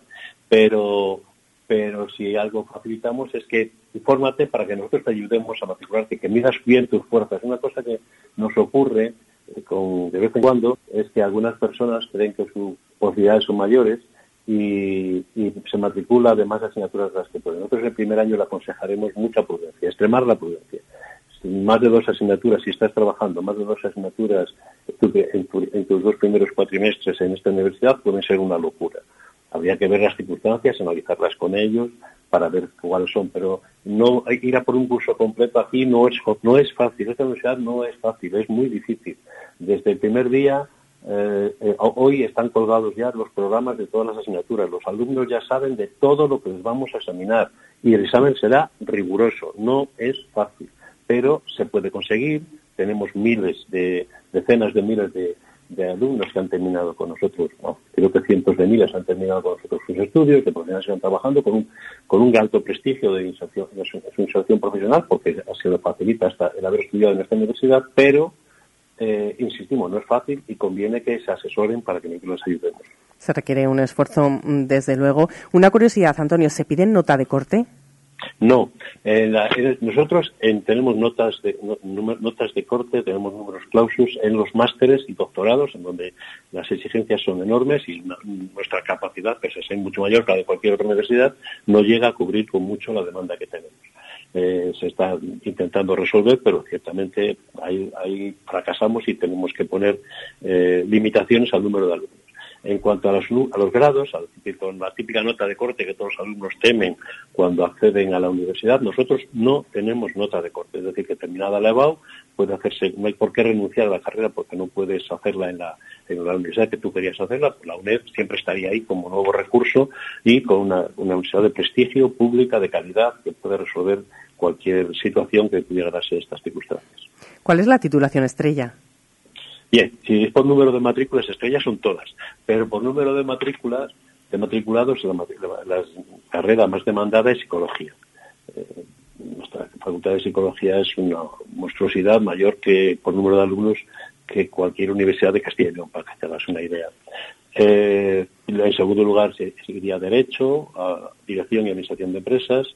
pero pero si algo facilitamos es que infórmate para que nosotros te ayudemos a matricularte, que midas bien tus fuerzas. Una cosa que nos ocurre eh, con, de vez en cuando es que algunas personas creen que sus posibilidades son mayores Y, y se matricula de más asignaturas de las que pueden. Nosotros en el primer año le aconsejaremos mucha prudencia, extremar la prudencia. Si más de dos asignaturas, si estás trabajando más de dos asignaturas en, tu, en tus dos primeros cuatrimestres en esta universidad, pueden ser una locura. Habría que ver las circunstancias, analizarlas con ellos para ver cuáles son, pero no ir a por un curso completo aquí no es, no es fácil. Esta universidad no es fácil, es muy difícil. Desde el primer día eh, eh, hoy están colgados ya los programas de todas las asignaturas. Los alumnos ya saben de todo lo que les vamos a examinar y el examen será riguroso. No es fácil, pero se puede conseguir. Tenemos miles de, decenas de miles de, de alumnos que han terminado con nosotros, bueno, creo que cientos de miles han terminado con nosotros sus estudios, de profesionales que están trabajando con un, con un alto prestigio de inserción, de su, de su inserción profesional, porque se lo facilita hasta el haber estudiado en esta universidad, pero, eh, insistimos, no es fácil y conviene que se asesoren para que nosotros les ayudemos. Se requiere un esfuerzo, desde luego. Una curiosidad, Antonio, ¿se piden nota de corte? No, eh, la, eh, nosotros eh, tenemos notas de no, notas de corte, tenemos números clausus en los másteres y doctorados, en donde las exigencias son enormes y una, nuestra capacidad, pese a ser mucho mayor que la de cualquier otra universidad, no llega a cubrir con mucho la demanda que tenemos. Eh, se está intentando resolver, pero ciertamente ahí, ahí fracasamos y tenemos que poner eh, limitaciones al número de alumnos. En cuanto a los, a los grados, con la típica nota de corte que todos los alumnos temen cuando acceden a la universidad, nosotros no tenemos nota de corte. Es decir, que terminada la EBAU puede hacerse, no hay por qué renunciar a la carrera porque no puedes hacerla en la, en la universidad que tú querías hacerla. Pues la UNED siempre estaría ahí como nuevo recurso y con una, una universidad de prestigio, pública, de calidad, que puede resolver cualquier situación que pudiera darse en estas circunstancias. ¿Cuál es la titulación estrella? Bien, si es por número de matrículas, estrellas son todas, pero por número de matrículas, de matriculados, la, la, la carrera más demandada es psicología. Eh, nuestra facultad de psicología es una monstruosidad mayor que por número de alumnos que cualquier universidad de Castilla y León, para que te hagas una idea. Eh, en segundo lugar seguiría Derecho, a Dirección y Administración de Empresas.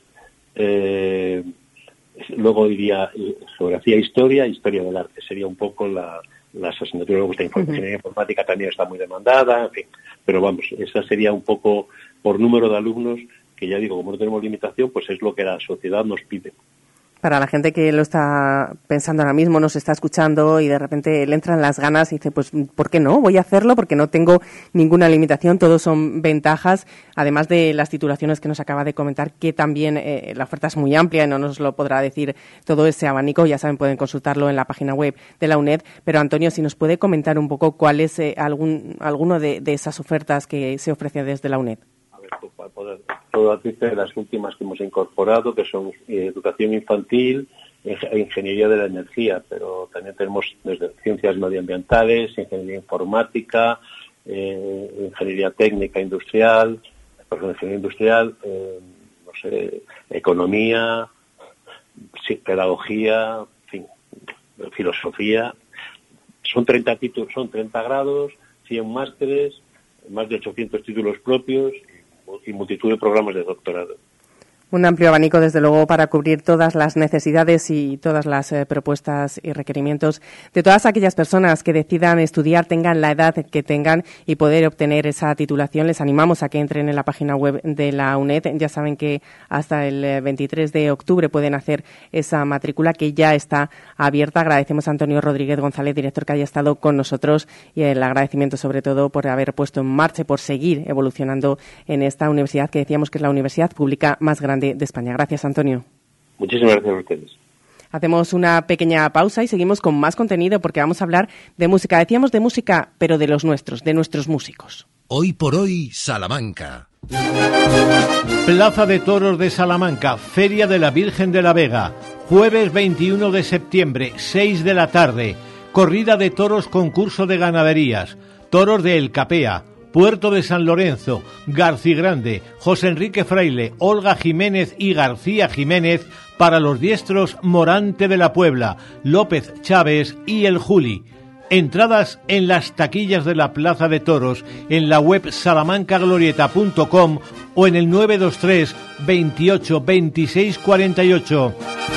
Eh, luego iría Geografía e Historia, Historia del Arte. Sería un poco la... Las asignaturas, luego esta ingeniería informática también está muy demandada, en fin. Pero vamos, esa sería un poco por número de alumnos, que ya digo, como no tenemos limitación, pues es lo que la sociedad nos pide. Para la gente que lo está pensando ahora mismo, nos está escuchando y de repente le entran las ganas y dice, pues, ¿por qué no? Voy a hacerlo porque no tengo ninguna limitación, todos son ventajas, además de las titulaciones que nos acaba de comentar, que también eh, la oferta es muy amplia y no nos lo podrá decir todo ese abanico, ya saben, pueden consultarlo en la página web de la UNED, pero Antonio, si nos puede comentar un poco cuál es eh, algún, alguno de, de esas ofertas que se ofrece desde la UNED. Para poder decirte las últimas que hemos incorporado, que son eh, educación infantil e ingeniería de la energía, pero también tenemos desde ciencias medioambientales, ingeniería informática, eh, ingeniería técnica industrial, perdón, ingeniería industrial, eh, no sé, economía, sí, pedagogía, en fin, filosofía. Son treinta títulos, son treinta grados, cien másteres, más de ochocientos títulos propios y multitud de programas de doctorado. Un amplio abanico, desde luego, para cubrir todas las necesidades y todas las eh, propuestas y requerimientos de todas aquellas personas que decidan estudiar, tengan la edad que tengan y poder obtener esa titulación. Les animamos a que entren en la página web de la UNED. Ya saben que hasta el veintitrés de octubre pueden hacer esa matrícula que ya está abierta. Agradecemos a Antonio Rodríguez González, director, que haya estado con nosotros, y el agradecimiento sobre todo por haber puesto en marcha, por seguir evolucionando en esta universidad que decíamos que es la universidad pública más grande de España. Gracias, Antonio. Muchísimas gracias a ustedes. Hacemos una pequeña pausa y seguimos con más contenido porque vamos a hablar de música. Decíamos de música, pero de los nuestros, de nuestros músicos. Hoy por hoy, Salamanca. Plaza de Toros de Salamanca, Feria de la Virgen de la Vega. Jueves veintiuno de septiembre, seis de la tarde. Corrida de toros, concurso de ganaderías. Toros de El Capea, Puerto de San Lorenzo, Garcigrande, José Enrique Fraile, Olga Jiménez y García Jiménez. Para los diestros, Morante de la Puebla, López Chávez y El Juli. Entradas en las taquillas de la Plaza de Toros, en la web salamanca glorieta punto com o en el nueve dos tres, veintiocho, veintiséis, cuarenta y ocho.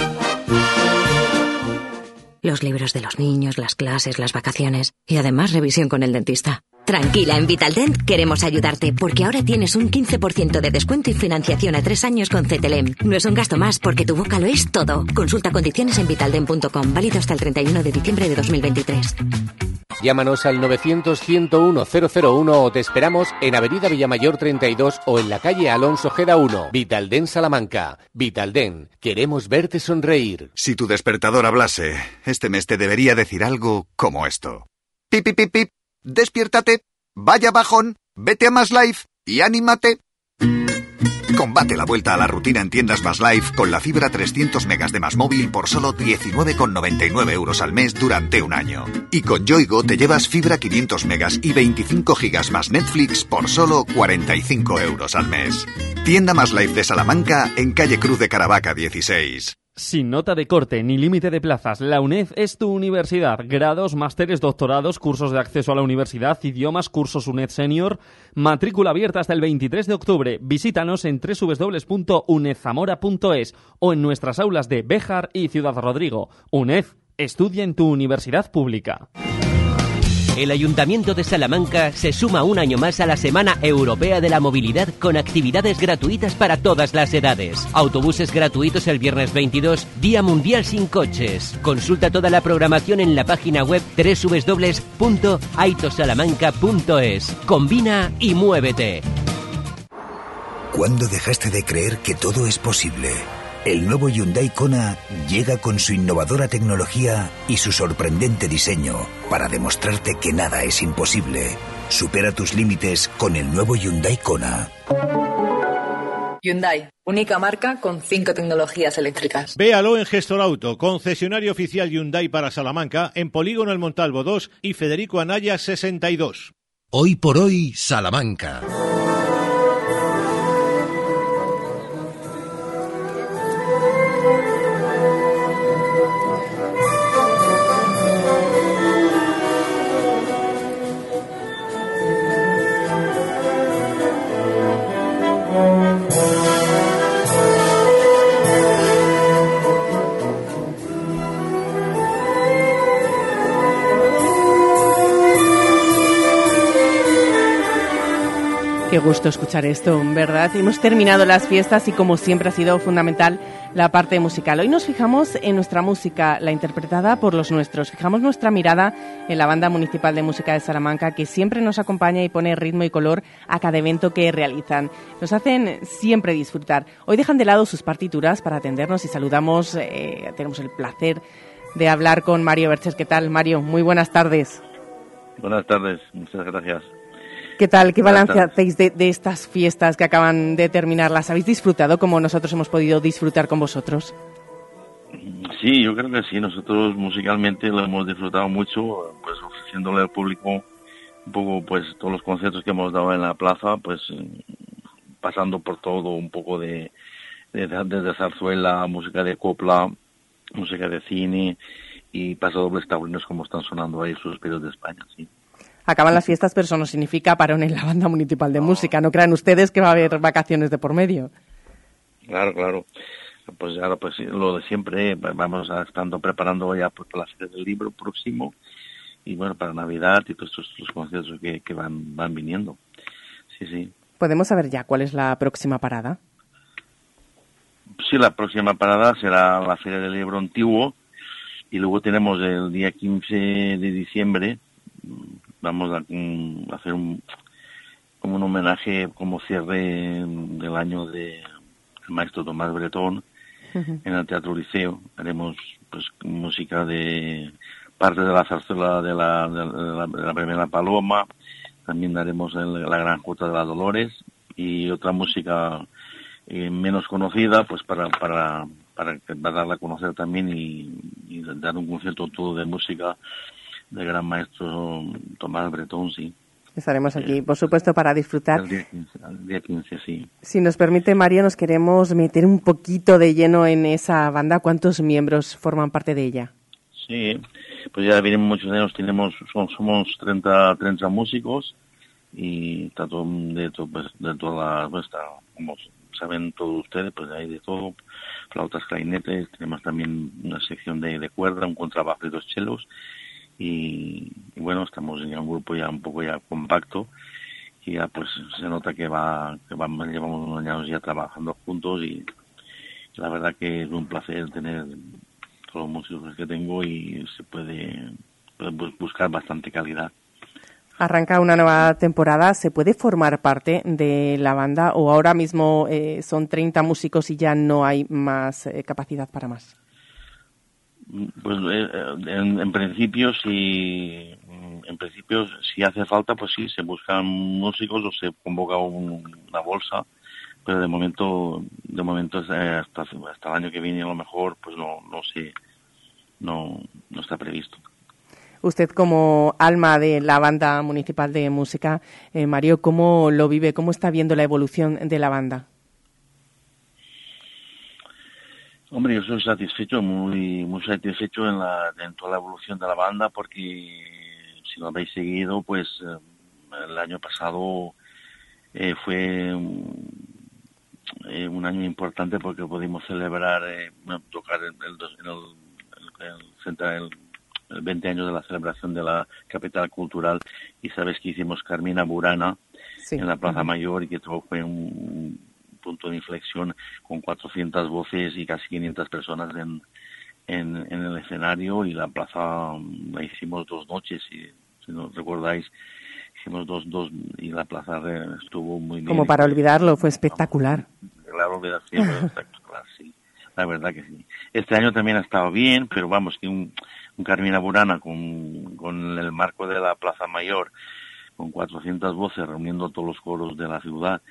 Los libros de los niños, las clases, las vacaciones y además revisión con el dentista. Tranquila, en Vitaldent queremos ayudarte porque ahora tienes un quince por ciento de descuento y financiación a tres años con Cetelem. No es un gasto más porque tu boca lo es todo. Consulta condiciones en vitaldent punto com, válido hasta el treinta y uno de diciembre de dos mil veintitrés. Llámanos al novecientos, ciento uno, cero cero uno o te esperamos en Avenida Villamayor treinta y dos o en la calle Alonso Ojeda uno. Vitaldent Salamanca. Vitaldent, queremos verte sonreír. Si tu despertador hablase, este mes te debería decir algo como esto. Pip, pip, pip, pip. despiértate, vaya bajón, vete a Más Life y anímate. Combate la vuelta a la rutina en tiendas Más Life con la fibra trescientos megas de Más Móvil por solo diecinueve con noventa y nueve euros al mes durante un año. Y con Yoigo te llevas fibra quinientos megas y veinticinco gigas más Netflix por solo cuarenta y cinco euros al mes. Tienda Más Life de Salamanca en calle Cruz de Caravaca dieciséis. Sin nota de corte ni límite de plazas, la UNED es tu universidad. Grados, másteres, doctorados, cursos de acceso a la universidad, idiomas, cursos UNED Senior. Matrícula abierta hasta el veintitrés de octubre. Visítanos en doble u doble u doble u punto unedzamora punto es o en nuestras aulas de Béjar y Ciudad Rodrigo. UNED, estudia en tu universidad pública. El Ayuntamiento de Salamanca se suma un año más a la Semana Europea de la Movilidad con actividades gratuitas para todas las edades. Autobuses gratuitos el viernes veintidós, Día Mundial sin Coches. Consulta toda la programación en la página web doble u doble u doble u punto aitosalamanca punto es. Combina y muévete. ¿Cuándo dejaste de creer que todo es posible? El nuevo Hyundai Kona llega con su innovadora tecnología y su sorprendente diseño para demostrarte que nada es imposible. Supera tus límites con el nuevo Hyundai Kona. Hyundai, única marca con cinco tecnologías eléctricas. Véalo en Gestor Auto, concesionario oficial Hyundai para Salamanca, en Polígono El Montalvo dos y Federico Anaya sesenta y dos. Hoy por hoy, Salamanca. Qué gusto escuchar esto, ¿verdad? Hemos terminado las fiestas y como siempre ha sido fundamental la parte musical. Hoy nos fijamos en nuestra música, la interpretada por los nuestros. Fijamos nuestra mirada en la Banda Municipal de Música de Salamanca, que siempre nos acompaña y pone ritmo y color a cada evento que realizan. Nos hacen siempre disfrutar. Hoy dejan de lado sus partituras para atendernos y saludamos, eh, tenemos el placer de hablar con Mario Berches. ¿Qué tal, Mario? Muy buenas tardes. Buenas tardes, muchas gracias. ¿Qué tal? ¿Qué balance hacéis de, de estas fiestas que acaban de terminar? ¿Las habéis disfrutado como nosotros hemos podido disfrutar con vosotros? Sí, yo creo que sí. Nosotros musicalmente lo hemos disfrutado mucho, pues ofreciéndole al público un poco, pues todos los conciertos que hemos dado en la plaza, pues pasando por todo, un poco de, de desde zarzuela, música de copla, música de cine y pasodobles taurinos como están sonando ahí Suspiros de España, sí. Acaban las fiestas, pero eso no significa parón en la Banda Municipal de Música. ¿No crean ustedes que va a haber vacaciones de por medio? Claro, claro. Pues ahora, pues lo de siempre, vamos a, estando preparando ya pues, la feria del libro próximo y bueno, para Navidad y todos estos los conciertos que, que van, van viniendo. Sí, sí. ¿Podemos saber ya cuál es la próxima parada? Sí, la próxima parada será la Feria del Libro Antiguo y luego tenemos el día quince de diciembre. Vamos a, a hacer un, como un homenaje, como cierre del año del maestro Tomás Bretón uh-huh. en el Teatro Liceo. Haremos pues música de parte de la zarzuela de la, de la, de la primera Paloma, también haremos el, la Gran Jota de la Dolores y otra música eh, menos conocida, pues para para para, para darla a conocer también y, y dar un concierto todo de música del gran maestro Tomás Bretón, sí. Estaremos aquí, eh, por supuesto, para disfrutar. El día quince, el día quince, sí. Si nos permite, Mario, nos queremos meter un poquito de lleno en esa banda. ¿Cuántos miembros forman parte de ella? Sí, pues ya vienen muchos años, tenemos, somos, somos treinta, treinta músicos y tanto de, to, pues, de toda la nuestra, como saben todos ustedes, pues hay de todo, flautas, clarinetes, tenemos también una sección de, de cuerda, un contrabajo y dos chelos. Y, y bueno, estamos en un grupo ya un poco ya compacto y ya pues se nota que va que vamos, llevamos unos años ya trabajando juntos y la verdad que es un placer tener todos los músicos que tengo y se puede, puede buscar bastante calidad. Arranca una nueva temporada, ¿se puede formar parte de la banda o ahora mismo eh, son treinta músicos y ya no hay más eh, capacidad para más? Pues eh, en, en principio, si en principio, si hace falta, pues sí, se buscan músicos o se convoca un, una bolsa, pero de momento, de momento eh, hasta, hasta el año que viene a lo mejor, pues no, no sé, no, no está previsto. Usted como alma de la banda municipal de música, eh, Mario, ¿cómo lo vive? ¿Cómo está viendo la evolución de la banda? Hombre, yo soy satisfecho, muy muy satisfecho en, la, en toda la evolución de la banda, porque si lo habéis seguido, pues eh, el año pasado eh, fue un, eh, un año importante porque pudimos celebrar, eh, tocar el, el, el, el, el, el veinte años de la celebración de la capital cultural, y sabes que hicimos Carmina Burana sí. en la Plaza Mayor, y que todo fue un punto de inflexión con cuatrocientas voces y casi quinientas personas en, en, en el escenario, y la plaza la hicimos dos noches, y si no recordáis, hicimos dos, dos y la plaza estuvo muy bien. Como para olvidarlo, fue espectacular. Claro, olvidar sí, fue espectacular, sí, la verdad que sí. Este año también ha estado bien, pero vamos, que un, un Carmina Burana con, con el marco de la Plaza Mayor, con cuatrocientas voces reuniendo todos los coros de la ciudad,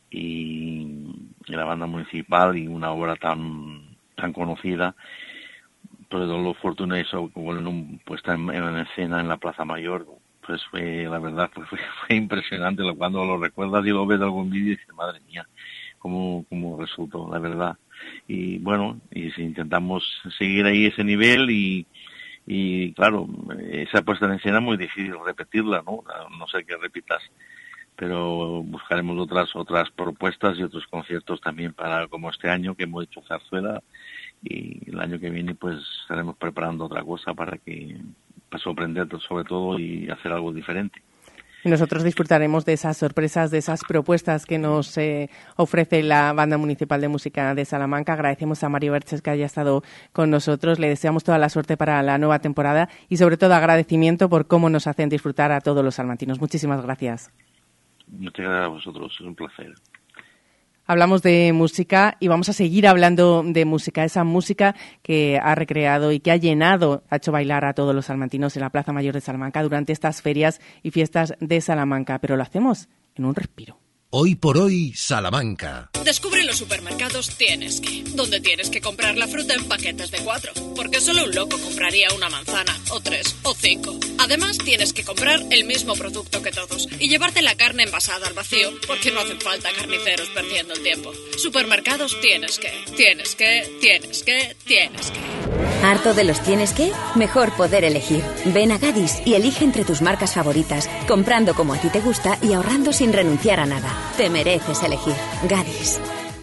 y, y la banda municipal, y una obra tan tan conocida, pues lo fortuna eso como puesta en, en escena en la Plaza Mayor, pues fue, la verdad, pues fue, fue impresionante. Cuando lo recuerdas y lo ves de algún vídeo y dices, madre mía, cómo, cómo resultó, la verdad. Y bueno, y si intentamos seguir ahí ese nivel, y y claro, esa puesta en escena es muy difícil repetirla, ¿no? No sé qué repitas, pero buscaremos otras otras propuestas y otros conciertos también para, como este año que hemos hecho zarzuela, y el año que viene pues estaremos preparando otra cosa para que para sorprender sobre todo y hacer algo diferente. Y nosotros disfrutaremos de esas sorpresas, de esas propuestas que nos eh, ofrece la Banda Municipal de Música de Salamanca. Agradecemos a Mario Berches que haya estado con nosotros. Le deseamos toda la suerte para la nueva temporada, y sobre todo agradecimiento por cómo nos hacen disfrutar a todos los salmantinos. Muchísimas gracias. Muchas gracias a vosotros, es un placer. Hablamos de música y vamos a seguir hablando de música, esa música que ha recreado y que ha llenado, ha hecho bailar a todos los salmantinos en la Plaza Mayor de Salamanca durante estas ferias y fiestas de Salamanca, pero lo hacemos en un respiro. Hoy por hoy, Salamanca. Descubre en los supermercados Tienes Que, donde tienes que comprar la fruta en paquetes de cuatro, porque solo un loco compraría una manzana, o tres, o cinco. Además, tienes que comprar el mismo producto que todos y llevarte la carne envasada al vacío, porque no hacen falta carniceros perdiendo el tiempo. Supermercados Tienes Que, tienes que, tienes que, tienes que. ¿Harto de los tienes que? Mejor poder elegir. Ven a Gadis y elige entre tus marcas favoritas, comprando como a ti te gusta y ahorrando sin renunciar a nada. Te mereces elegir. Gadis.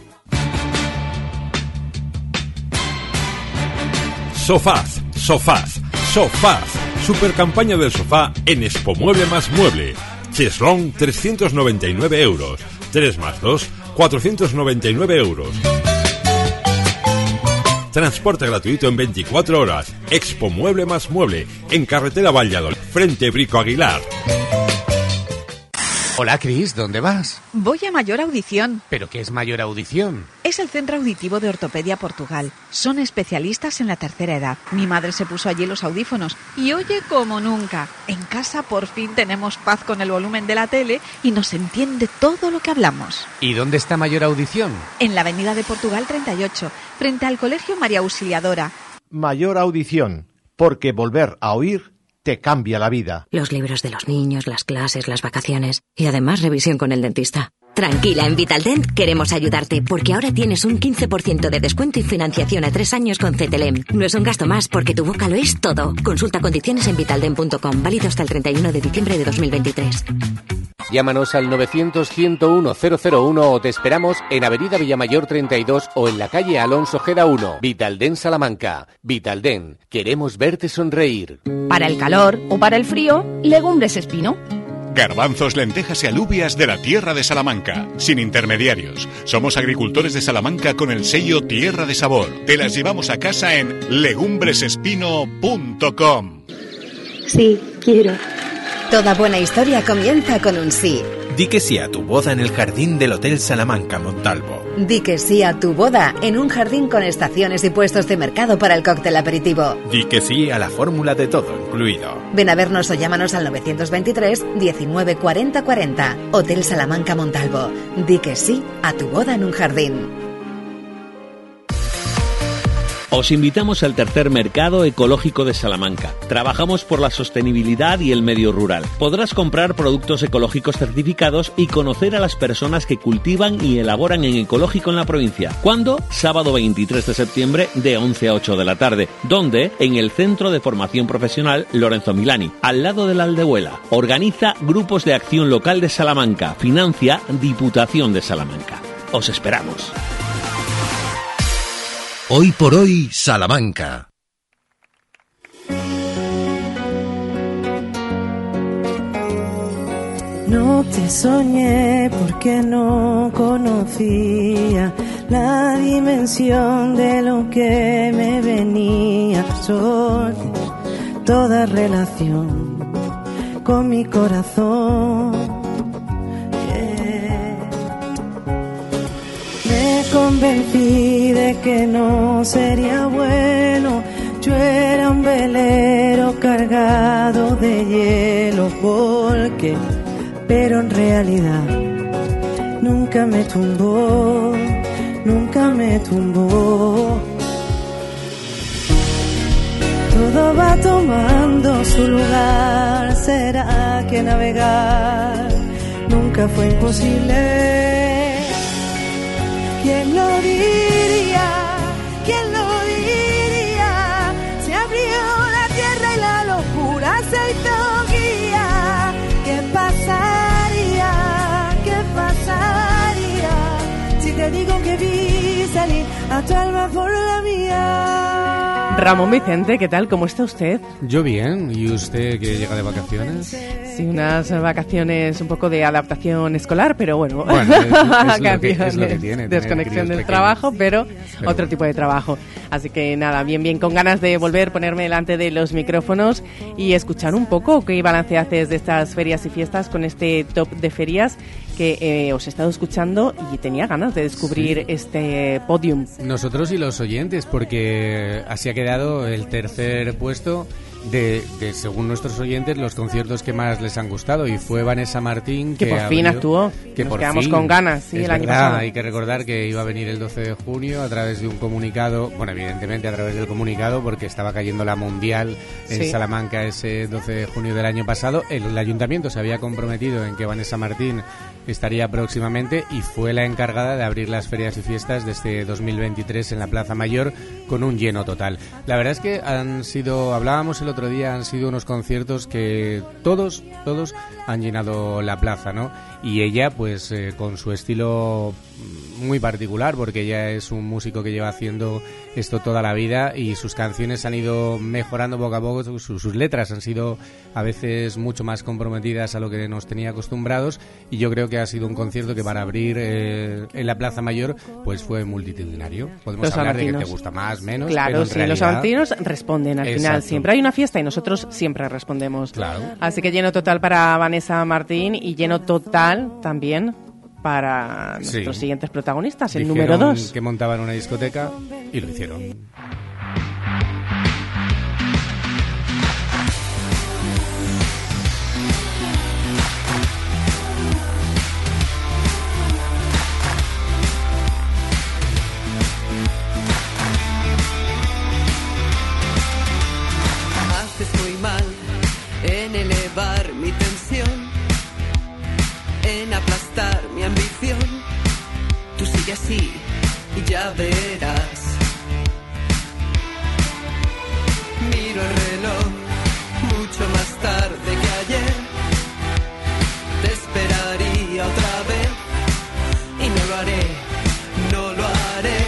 Sofás, sofás, sofás. Super campaña del sofá en Expo Mueble más Mueble. Cheslong, trescientos noventa y nueve euros. tres más dos, cuatrocientos noventa y nueve euros. Transporte gratuito en veinticuatro horas. Expo Mueble más Mueble, en carretera Valladolid, frente Brico Aguilar. Hola, Cris, ¿dónde vas? Voy a Mayor Audición. ¿Pero qué es Mayor Audición? Es el Centro Auditivo de Ortopedia Portugal. Son especialistas en la tercera edad. Mi madre se puso allí los audífonos y oye como nunca. En casa por fin tenemos paz con el volumen de la tele y nos entiende todo lo que hablamos. ¿Y dónde está Mayor Audición? En la Avenida de Portugal treinta y ocho, frente al Colegio María Auxiliadora. Mayor Audición, porque volver a oír te cambia la vida. Los libros de los niños, las clases, las vacaciones y además revisión con el dentista. Tranquila, en Vitaldent queremos ayudarte porque ahora tienes un quince por ciento de descuento y financiación a tres años con Cetelem. No es un gasto más porque tu boca lo es todo. Consulta condiciones en vitaldent punto com, válido hasta el treinta y uno de diciembre de dos mil veintitrés. Llámanos al novecientos, ciento uno, cero cero uno o te esperamos en Avenida Villamayor treinta y dos o en la calle Alonso Ojeda uno. Vitaldent Salamanca. Vitaldent, queremos verte sonreír. Para el calor o para el frío, Legumbres Espino. Garbanzos, lentejas y alubias de la tierra de Salamanca, sin intermediarios. Somos agricultores de Salamanca con el sello Tierra de Sabor. Te las llevamos a casa en legumbresespino punto com. Sí, quiero. Toda buena historia comienza con un sí. Di que sí a tu boda en el jardín del Hotel Salamanca Montalvo. Di que sí a tu boda en un jardín con estaciones y puestos de mercado para el cóctel aperitivo. Di que sí a la fórmula de todo incluido. Ven a vernos o llámanos al nueve dos tres, diecinueve, cuarenta, cuarenta. Hotel Salamanca Montalvo. Di que sí a tu boda en un jardín. Os invitamos al tercer mercado ecológico de Salamanca. Trabajamos por la sostenibilidad y el medio rural. Podrás comprar productos ecológicos certificados y conocer a las personas que cultivan y elaboran en ecológico en la provincia. ¿Cuándo? Sábado veintitrés de septiembre de once a ocho de la tarde. ¿Dónde? En el Centro de Formación Profesional Lorenzo Milani, al lado de la Aldehuela. Organiza Grupos de Acción Local de Salamanca. Financia Diputación de Salamanca. Os esperamos. Hoy por hoy, Salamanca. No te soñé porque no conocía la dimensión de lo que me venía. Solté toda relación con mi corazón. Me convencí de que no sería bueno. Yo era un velero cargado de hielo, porque, pero en realidad nunca me tumbó, nunca me tumbó. Todo va tomando su lugar. ¿Será que navegar nunca fue imposible? ¿Quién lo diría? ¿Quién lo diría? Se abrió la tierra y la locura se hizo guía. ¿Qué pasaría? ¿Qué pasaría? Si te digo que vi salir a tu alma por la mía. Ramón Vicente, ¿qué tal? ¿Cómo está usted? Yo bien. ¿Y usted que llega de vacaciones? Sí, unas vacaciones un poco de adaptación escolar, pero bueno, bueno es, es, lo que, es lo que tiene. Desconexión del pequeños. trabajo, pero, pero otro tipo de trabajo. Así que nada, bien, bien, con ganas de volver, ponerme delante de los micrófonos y escuchar un poco qué balance haces de estas ferias y fiestas con este top de ferias que eh, os he estado escuchando y tenía ganas de descubrir sí. este podium. Nosotros y los oyentes, porque así ha quedado el tercer puesto de, de, según nuestros oyentes, los conciertos que más les han gustado, y fue Vanessa Martín que, que por fin abrió, actuó, que nos por quedamos fin, con ganas, sí, el verdad, año pasado. Hay que recordar que iba a venir el doce de junio a través de un comunicado, bueno, evidentemente a través del comunicado, porque estaba cayendo la Mundial en sí. Salamanca ese doce de junio del año pasado. El, el ayuntamiento se había comprometido en que Vanessa Martín estaría próximamente y fue la encargada de abrir las ferias y fiestas de este dos mil veintitrés en la Plaza Mayor con un lleno total. La verdad es que han sido, hablábamos el otro día, han sido unos conciertos que todos, todos han llenado la plaza, ¿no? Y ella, pues, eh, con su estilo muy particular, porque ella es un músico que lleva haciendo esto toda la vida y sus canciones han ido mejorando poco a poco, sus, sus letras han sido a veces mucho más comprometidas a lo que nos tenía acostumbrados, y yo creo que ha sido un concierto que para abrir eh, en la Plaza Mayor pues fue multitudinario. Podemos los hablar sabantinos. de que te gusta más, menos, claro, pero en sí, realidad... los sabantinos responden al Exacto. final, siempre hay una fiesta y nosotros siempre respondemos. Claro. Así que lleno total para Vanessa Martín y lleno total también para nuestros sí. siguientes protagonistas, el Dijeron número dos. Que montaban una discoteca y lo hicieron. Haces muy mal en elevar mi tensión, en aplastar mi ambición. Tú sigue así y ya verás. Miro el reloj mucho más tarde que ayer. Te esperaría otra vez y no lo haré, no lo haré.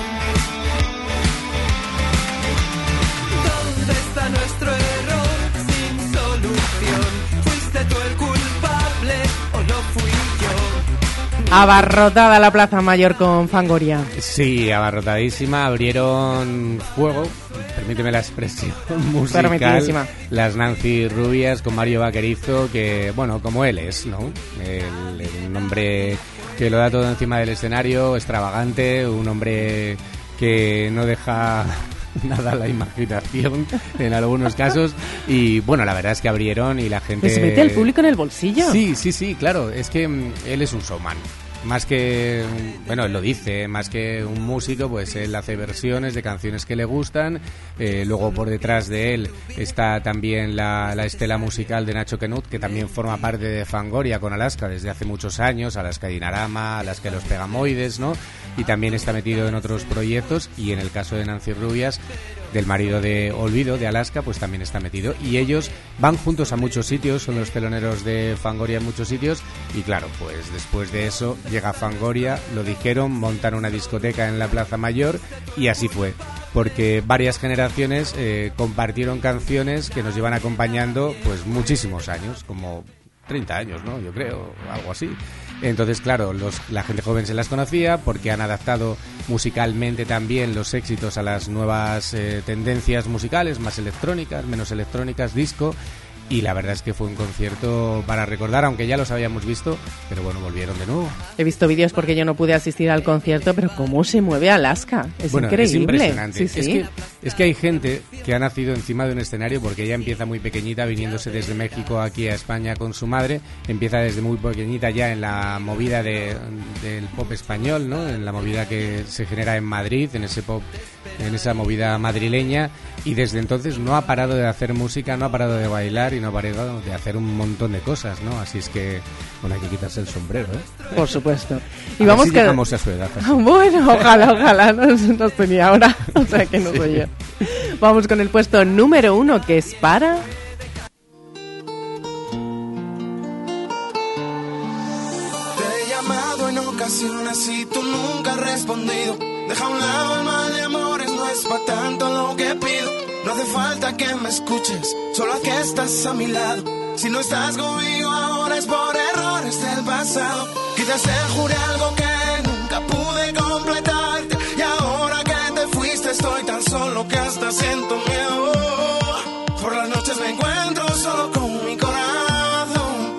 ¿Dónde está nuestro error sin solución? ¿Fuiste tú el culpable o lo fui yo? Abarrotada la Plaza Mayor con Fangoria. Sí, abarrotadísima. Abrieron fuego, permíteme la expresión musical, las Nancy Rubias con Mario Vaquerizo, que, bueno, como él es, ¿no? Él, él no hombre que lo da todo encima del escenario, extravagante, un hombre que no deja nada a la imaginación en algunos casos, y bueno, la verdad es que abrieron y la gente... ¿Se mete al público en el bolsillo? Sí, sí, sí, claro, es que mm, él es un showman. Más que, bueno, él lo dice, más que un músico, pues él hace versiones de canciones que le gustan. Eh, luego por detrás de él está también la, la estela musical de Nacho Canut, que también forma parte de Fangoria con Alaska desde hace muchos años, Alaska Dinarama, Alaska y los Pegamoides, ¿no? Y también está metido en otros proyectos, y en el caso de Nancy Rubias, del marido de Olvido, de Alaska, pues también está metido. Y ellos van juntos a muchos sitios, son los teloneros de Fangoria en muchos sitios, y claro, pues después de eso llega Fangoria, lo dijeron, montan una discoteca en la Plaza Mayor, y así fue, porque varias generaciones eh, compartieron canciones que nos llevan acompañando pues muchísimos años, como treinta años, ¿no? Yo creo, algo así. Entonces, claro, los, la gente joven se las conocía porque han adaptado musicalmente también los éxitos a las nuevas eh, tendencias musicales, más electrónicas, menos electrónicas, disco. Y la verdad es que fue un concierto para recordar, aunque ya los habíamos visto, pero bueno, volvieron de nuevo. He visto vídeos porque yo no pude asistir al concierto, pero cómo se mueve Alaska, es bueno, increíble. Es impresionante. Sí, sí. Es que, es que hay gente que ha nacido encima de un escenario, porque ella empieza muy pequeñita, viniéndose desde México aquí a España con su madre, empieza desde muy pequeñita ya en la movida de, del pop español, ¿no? En la movida que se genera en Madrid, en ese pop, en esa movida madrileña, y desde entonces no ha parado de hacer música, no ha parado de bailar y no ha parado de hacer un montón de cosas, ¿no? Así es que, bueno, hay que quitarse el sombrero, ¿eh? Por supuesto. Y a vamos ver si que... llegamos a su edad. Así. Bueno, ojalá, ojalá, no nos tenía ahora, o sea que no soy yo. Vamos con el puesto número uno, que es para... Te he llamado en ocasiones y tú nunca has respondido. Deja a un lado el mal de amores, no es pa' tanto lo que pido. No hace falta que me escuches, solo a que estás a mi lado. Si no estás conmigo ahora es por errores del pasado. Quizás te juré algo que nunca pude completarte, y ahora que te fuiste estoy tan solo que hasta siento miedo. Por las noches me encuentro solo con mi corazón.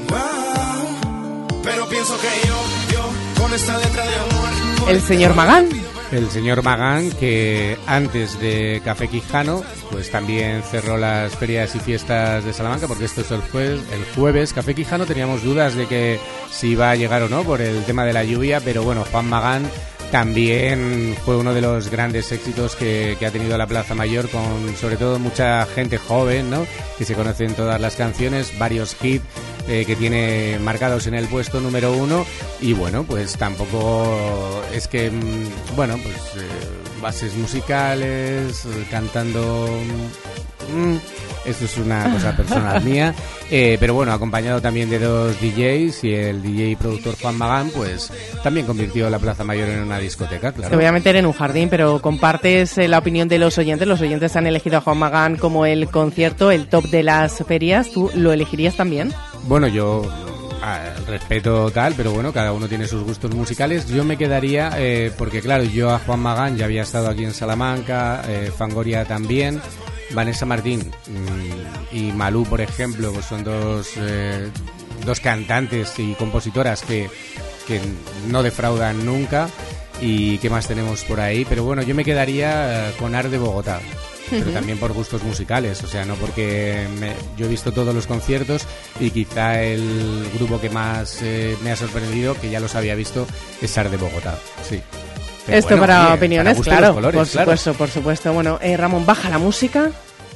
Wow. Pero pienso que yo, yo, con esta letra de amor... El señor Magán. El señor Magán, que antes de Café Quijano, pues también cerró las ferias y fiestas de Salamanca, porque esto es el jueves, el jueves. Café Quijano teníamos dudas de que si iba a llegar o no por el tema de la lluvia, pero bueno, Juan Magán también fue uno de los grandes éxitos que, que ha tenido la Plaza Mayor, con sobre todo mucha gente joven, ¿no? Que se conocen todas las canciones, varios hits eh, que tiene marcados en el puesto número uno, y bueno, pues tampoco es que, bueno, pues eh, bases musicales, cantando... Mmm, esto es una cosa personal mía, eh, pero bueno, acompañado también de dos D Js, y el D J y productor Juan Magán, pues también convirtió la Plaza Mayor en una discoteca, claro. Te voy a meter en un jardín, pero compartes eh, la opinión de los oyentes. Los oyentes han elegido a Juan Magán como el concierto, el top de las ferias. ¿Tú lo elegirías también? Bueno, yo... Ah, respeto tal, pero bueno, cada uno tiene sus gustos musicales. Yo me quedaría, eh, porque claro, yo a Juan Magán ya había estado aquí en Salamanca, eh, Fangoria también, Vanessa Martín mmm, y Malú, por ejemplo, pues son dos, eh, dos cantantes y compositoras que, que no defraudan nunca. ¿Y qué más tenemos por ahí? Pero bueno, yo me quedaría eh, con Art de Bogotá. Pero uh-huh. también por gustos musicales, o sea, no porque me, yo he visto todos los conciertos, y quizá el grupo que más eh, me ha sorprendido, que ya los había visto, es Art de Bogotá, sí. Pero Esto bueno, para oye, opiniones, para claro, colores, por claro. supuesto, por supuesto. Bueno, eh, Ramón, baja la música,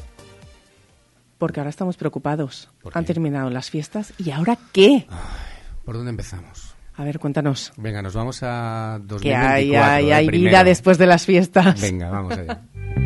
porque ahora estamos preocupados. Han terminado las fiestas, ¿y ahora qué? Ay, ¿por dónde empezamos? A ver, cuéntanos. Venga, nos vamos a dos mil veinticuatro. Que hay, hay, hay primero. vida después de las fiestas. Venga, vamos allá.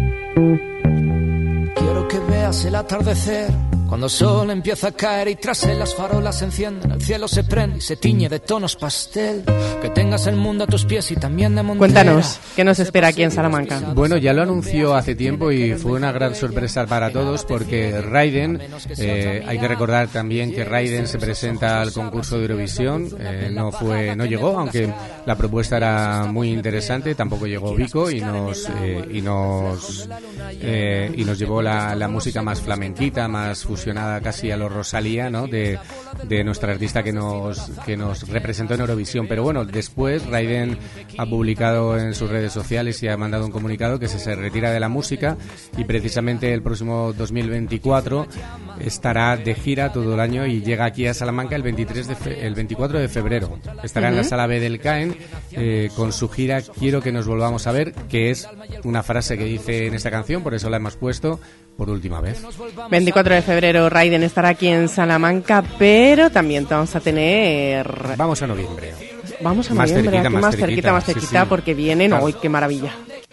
Quiero que veas el atardecer, cuando el sol empieza a caer y tras él las farolas se encienden, el cielo se prende y se tiñe de tonos pastel. Que tengas el mundo a tus pies y también de Montera. Cuéntanos, ¿qué nos espera aquí en Salamanca? Bueno, ya lo anunció hace tiempo y fue una gran sorpresa para todos, porque Raiden, eh, hay que recordar también que Raiden se presenta al concurso de Eurovisión, eh, no fue, no llegó, aunque la propuesta era muy interesante. Tampoco llegó Vico y nos eh, y nos eh, y nos llevó la, la música más flamenquita, más fusionista, fusionada casi a lo Rosalía, ¿no? De, de nuestra artista que nos, que nos representó en Eurovisión. Pero bueno, después Raiden ha publicado en sus redes sociales y ha mandado un comunicado que se, se retira de la música y precisamente el próximo dos mil veinticuatro estará de gira todo el año y llega aquí a Salamanca el, veintitrés de fe, el veinticuatro de febrero. Estará uh-huh. en la Sala B del CAEN eh, con su gira Quiero que nos volvamos a ver, que es una frase que dice en esta canción, por eso la hemos puesto por última vez. veinticuatro de febrero Raiden estará aquí en Salamanca, pero también vamos a tener... Vamos a noviembre. Vamos a más noviembre, cerquita, aquí más más cerquita, cerquita, más cerquita, sí, sí. porque vienen... ¡Uy, qué maravilla!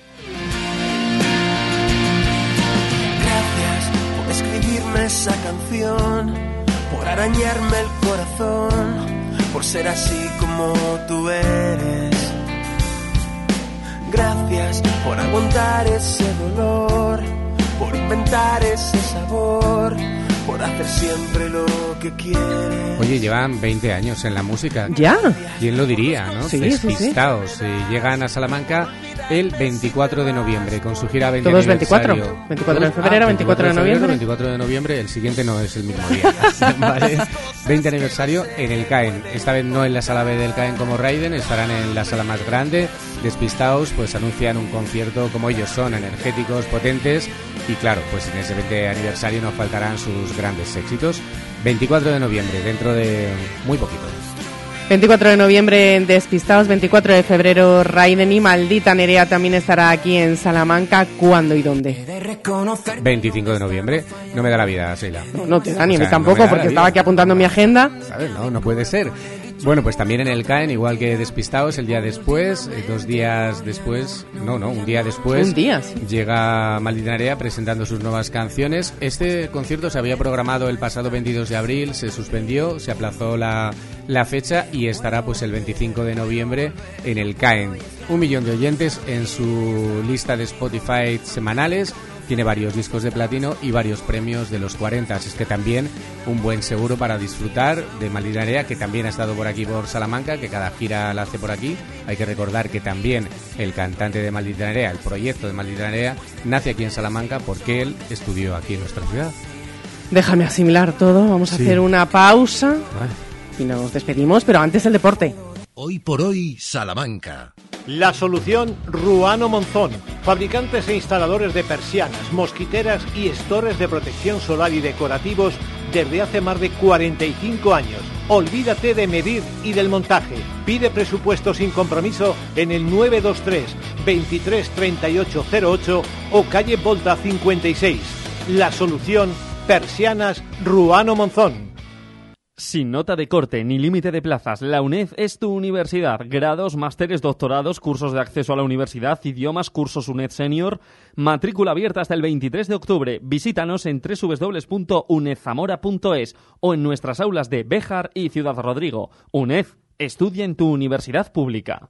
Gracias por escribirme esa canción, por arañarme el corazón, por ser así como tú eres. Gracias por aguantar ese dolor, por inventar ese sabor, por hacer siempre lo que quieres. Oye, llevan veinte años en la música. ¿Ya? ¿Quién lo diría, no? Sí, Despistados. Sí, sí. Eh, llegan a Salamanca el veinticuatro de noviembre con su gira veinte Todos aniversario. veinticuatro. veinticuatro de febrero, ah, veinticuatro de noviembre. veinticuatro de noviembre, el siguiente no es el mismo día. ¿Vale? veinte aniversario en el CAEN. Esta vez no en la sala B del CAEN como Raiden, estarán en la sala más grande. Despistados, pues anuncian un concierto como ellos son, energéticos, potentes. Y claro, pues en ese veinte aniversario nos faltarán sus grandes éxitos. veinticuatro de noviembre, dentro de muy poquito. veinticuatro de noviembre en Despistados, veinticuatro de febrero Raiden y Maldita Nerea también estará aquí en Salamanca. ¿Cuándo y dónde? veinticinco de noviembre. No me da la vida, Sheila. No, no te da ni a mí tampoco, no porque estaba aquí apuntando mi agenda. ¿Sabes? No, no puede ser. Bueno, pues también en el CAEN, igual que Despistados, el día después, eh, dos días después, no, no, un día después, un día, sí. Llega Maldita Nerea presentando sus nuevas canciones. Este concierto se había programado el pasado veintidós de abril, se suspendió, se aplazó la, la fecha y estará pues el veinticinco de noviembre en el CAEN. Un millón de oyentes en su lista de Spotify semanales. Tiene varios discos de platino y varios premios de los cuarenta. Es que también un buen seguro para disfrutar de Maldita Nerea, que también ha estado por aquí por Salamanca, que cada gira la hace por aquí. Hay que recordar que también el cantante de Maldita Nerea, el proyecto de Maldita Nerea, nace aquí en Salamanca porque él estudió aquí en nuestra ciudad. Déjame asimilar todo, vamos a sí. hacer una pausa Ay. y nos despedimos, pero antes el deporte. Hoy por hoy, Salamanca. La solución Ruano Monzón, fabricantes e instaladores de persianas, mosquiteras y estores de protección solar y decorativos desde hace más de cuarenta y cinco años. Olvídate de medir y del montaje. Pide presupuesto sin compromiso en el nueve dos tres, veintitrés treinta y ocho cero ocho o calle Volta cincuenta y seis. La solución Persianas Ruano Monzón. Sin nota de corte ni límite de plazas, la UNED es tu universidad. Grados, másteres, doctorados, cursos de acceso a la universidad, idiomas, cursos UNED Senior. Matrícula abierta hasta el veintitrés de octubre. Visítanos en doble u doble u doble u punto unedzamora punto es o en nuestras aulas de Béjar y Ciudad Rodrigo. UNED, estudia en tu universidad pública.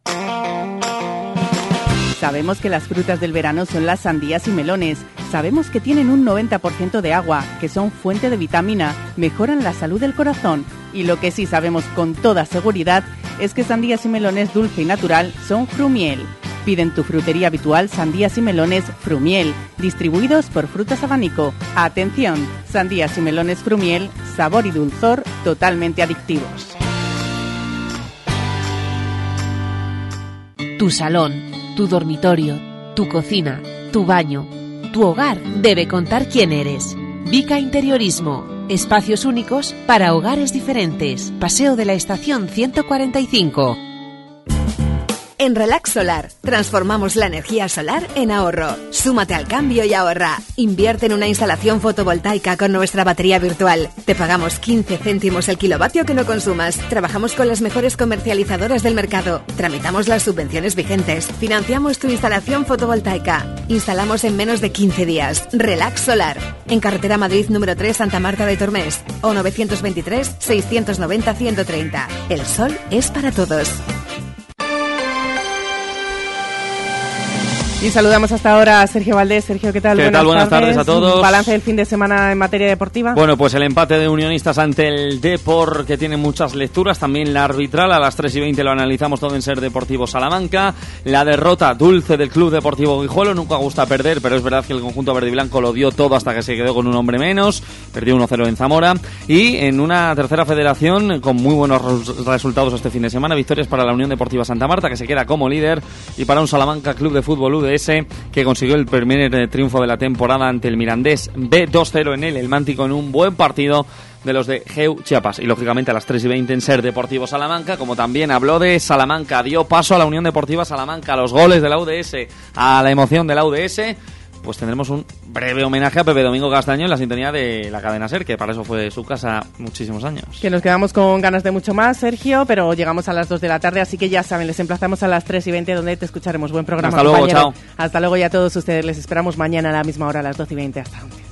Sabemos que las frutas del verano son las sandías y melones. Sabemos que tienen un noventa por ciento de agua, que son fuente de vitamina, mejoran la salud del corazón. Y lo que sí sabemos con toda seguridad es que sandías y melones dulce y natural son Frumiel. Pide en tu frutería habitual sandías y melones Frumiel, distribuidos por Frutas Abanico. Atención, sandías y melones Frumiel, sabor y dulzor totalmente adictivos. Tu salón, tu dormitorio, tu cocina, tu baño, tu hogar debe contar quién eres. Vica Interiorismo, espacios únicos para hogares diferentes. Paseo de la Estación ciento cuarenta y cinco. En Relax Solar, transformamos la energía solar en ahorro. Súmate al cambio y ahorra. Invierte en una instalación fotovoltaica con nuestra batería virtual. Te pagamos quince céntimos el kilovatio que no consumas. Trabajamos con las mejores comercializadoras del mercado. Tramitamos las subvenciones vigentes. Financiamos tu instalación fotovoltaica. Instalamos en menos de quince días. Relax Solar. En carretera Madrid número tres, Santa Marta de Tormes. O nueve dos tres, seis nueve cero, uno treinta. El sol es para todos. Y saludamos hasta ahora a Sergio Valdés. Sergio, ¿qué tal? ¿Qué Buenas tal? Buenas tardes. tardes a todos. Balance del fin de semana en materia deportiva. Bueno, pues el empate de Unionistas ante el Depor, que tiene muchas lecturas. También la arbitral, a las tres y veinte lo analizamos todo en Ser Deportivo Salamanca. La derrota dulce del Club Deportivo Guijuelo. Nunca gusta perder, pero es verdad que el conjunto verde y blanco lo dio todo hasta que se quedó con un hombre menos. Perdió uno cero en Zamora. Y en una tercera federación con muy buenos resultados este fin de semana. Victorias para la Unión Deportiva Santa Marta, que se queda como líder, y para un Salamanca Club de Fútbol U D S, que consiguió el primer eh, triunfo de la temporada ante el Mirandés B dos cero en el El Mántico, en un buen partido de los de Geu Chiapas. Y lógicamente a las tres y veinte en Ser Deportivo Salamanca, como también habló de Salamanca, dio paso a la Unión Deportiva Salamanca, a los goles de la U D S, a la emoción de la U D S, pues tendremos un breve homenaje a Pepe Domingo Castaño en la sintonía de la cadena Ser, que para eso fue su casa muchísimos años. Que nos quedamos con ganas de mucho más, Sergio, pero llegamos a las dos de la tarde, así que ya saben, les emplazamos a las tres y veinte, donde te escucharemos. Buen programa, Hasta luego, compañero. chao. Hasta luego, y a todos ustedes les esperamos mañana a la misma hora, a las doce y veinte. Hasta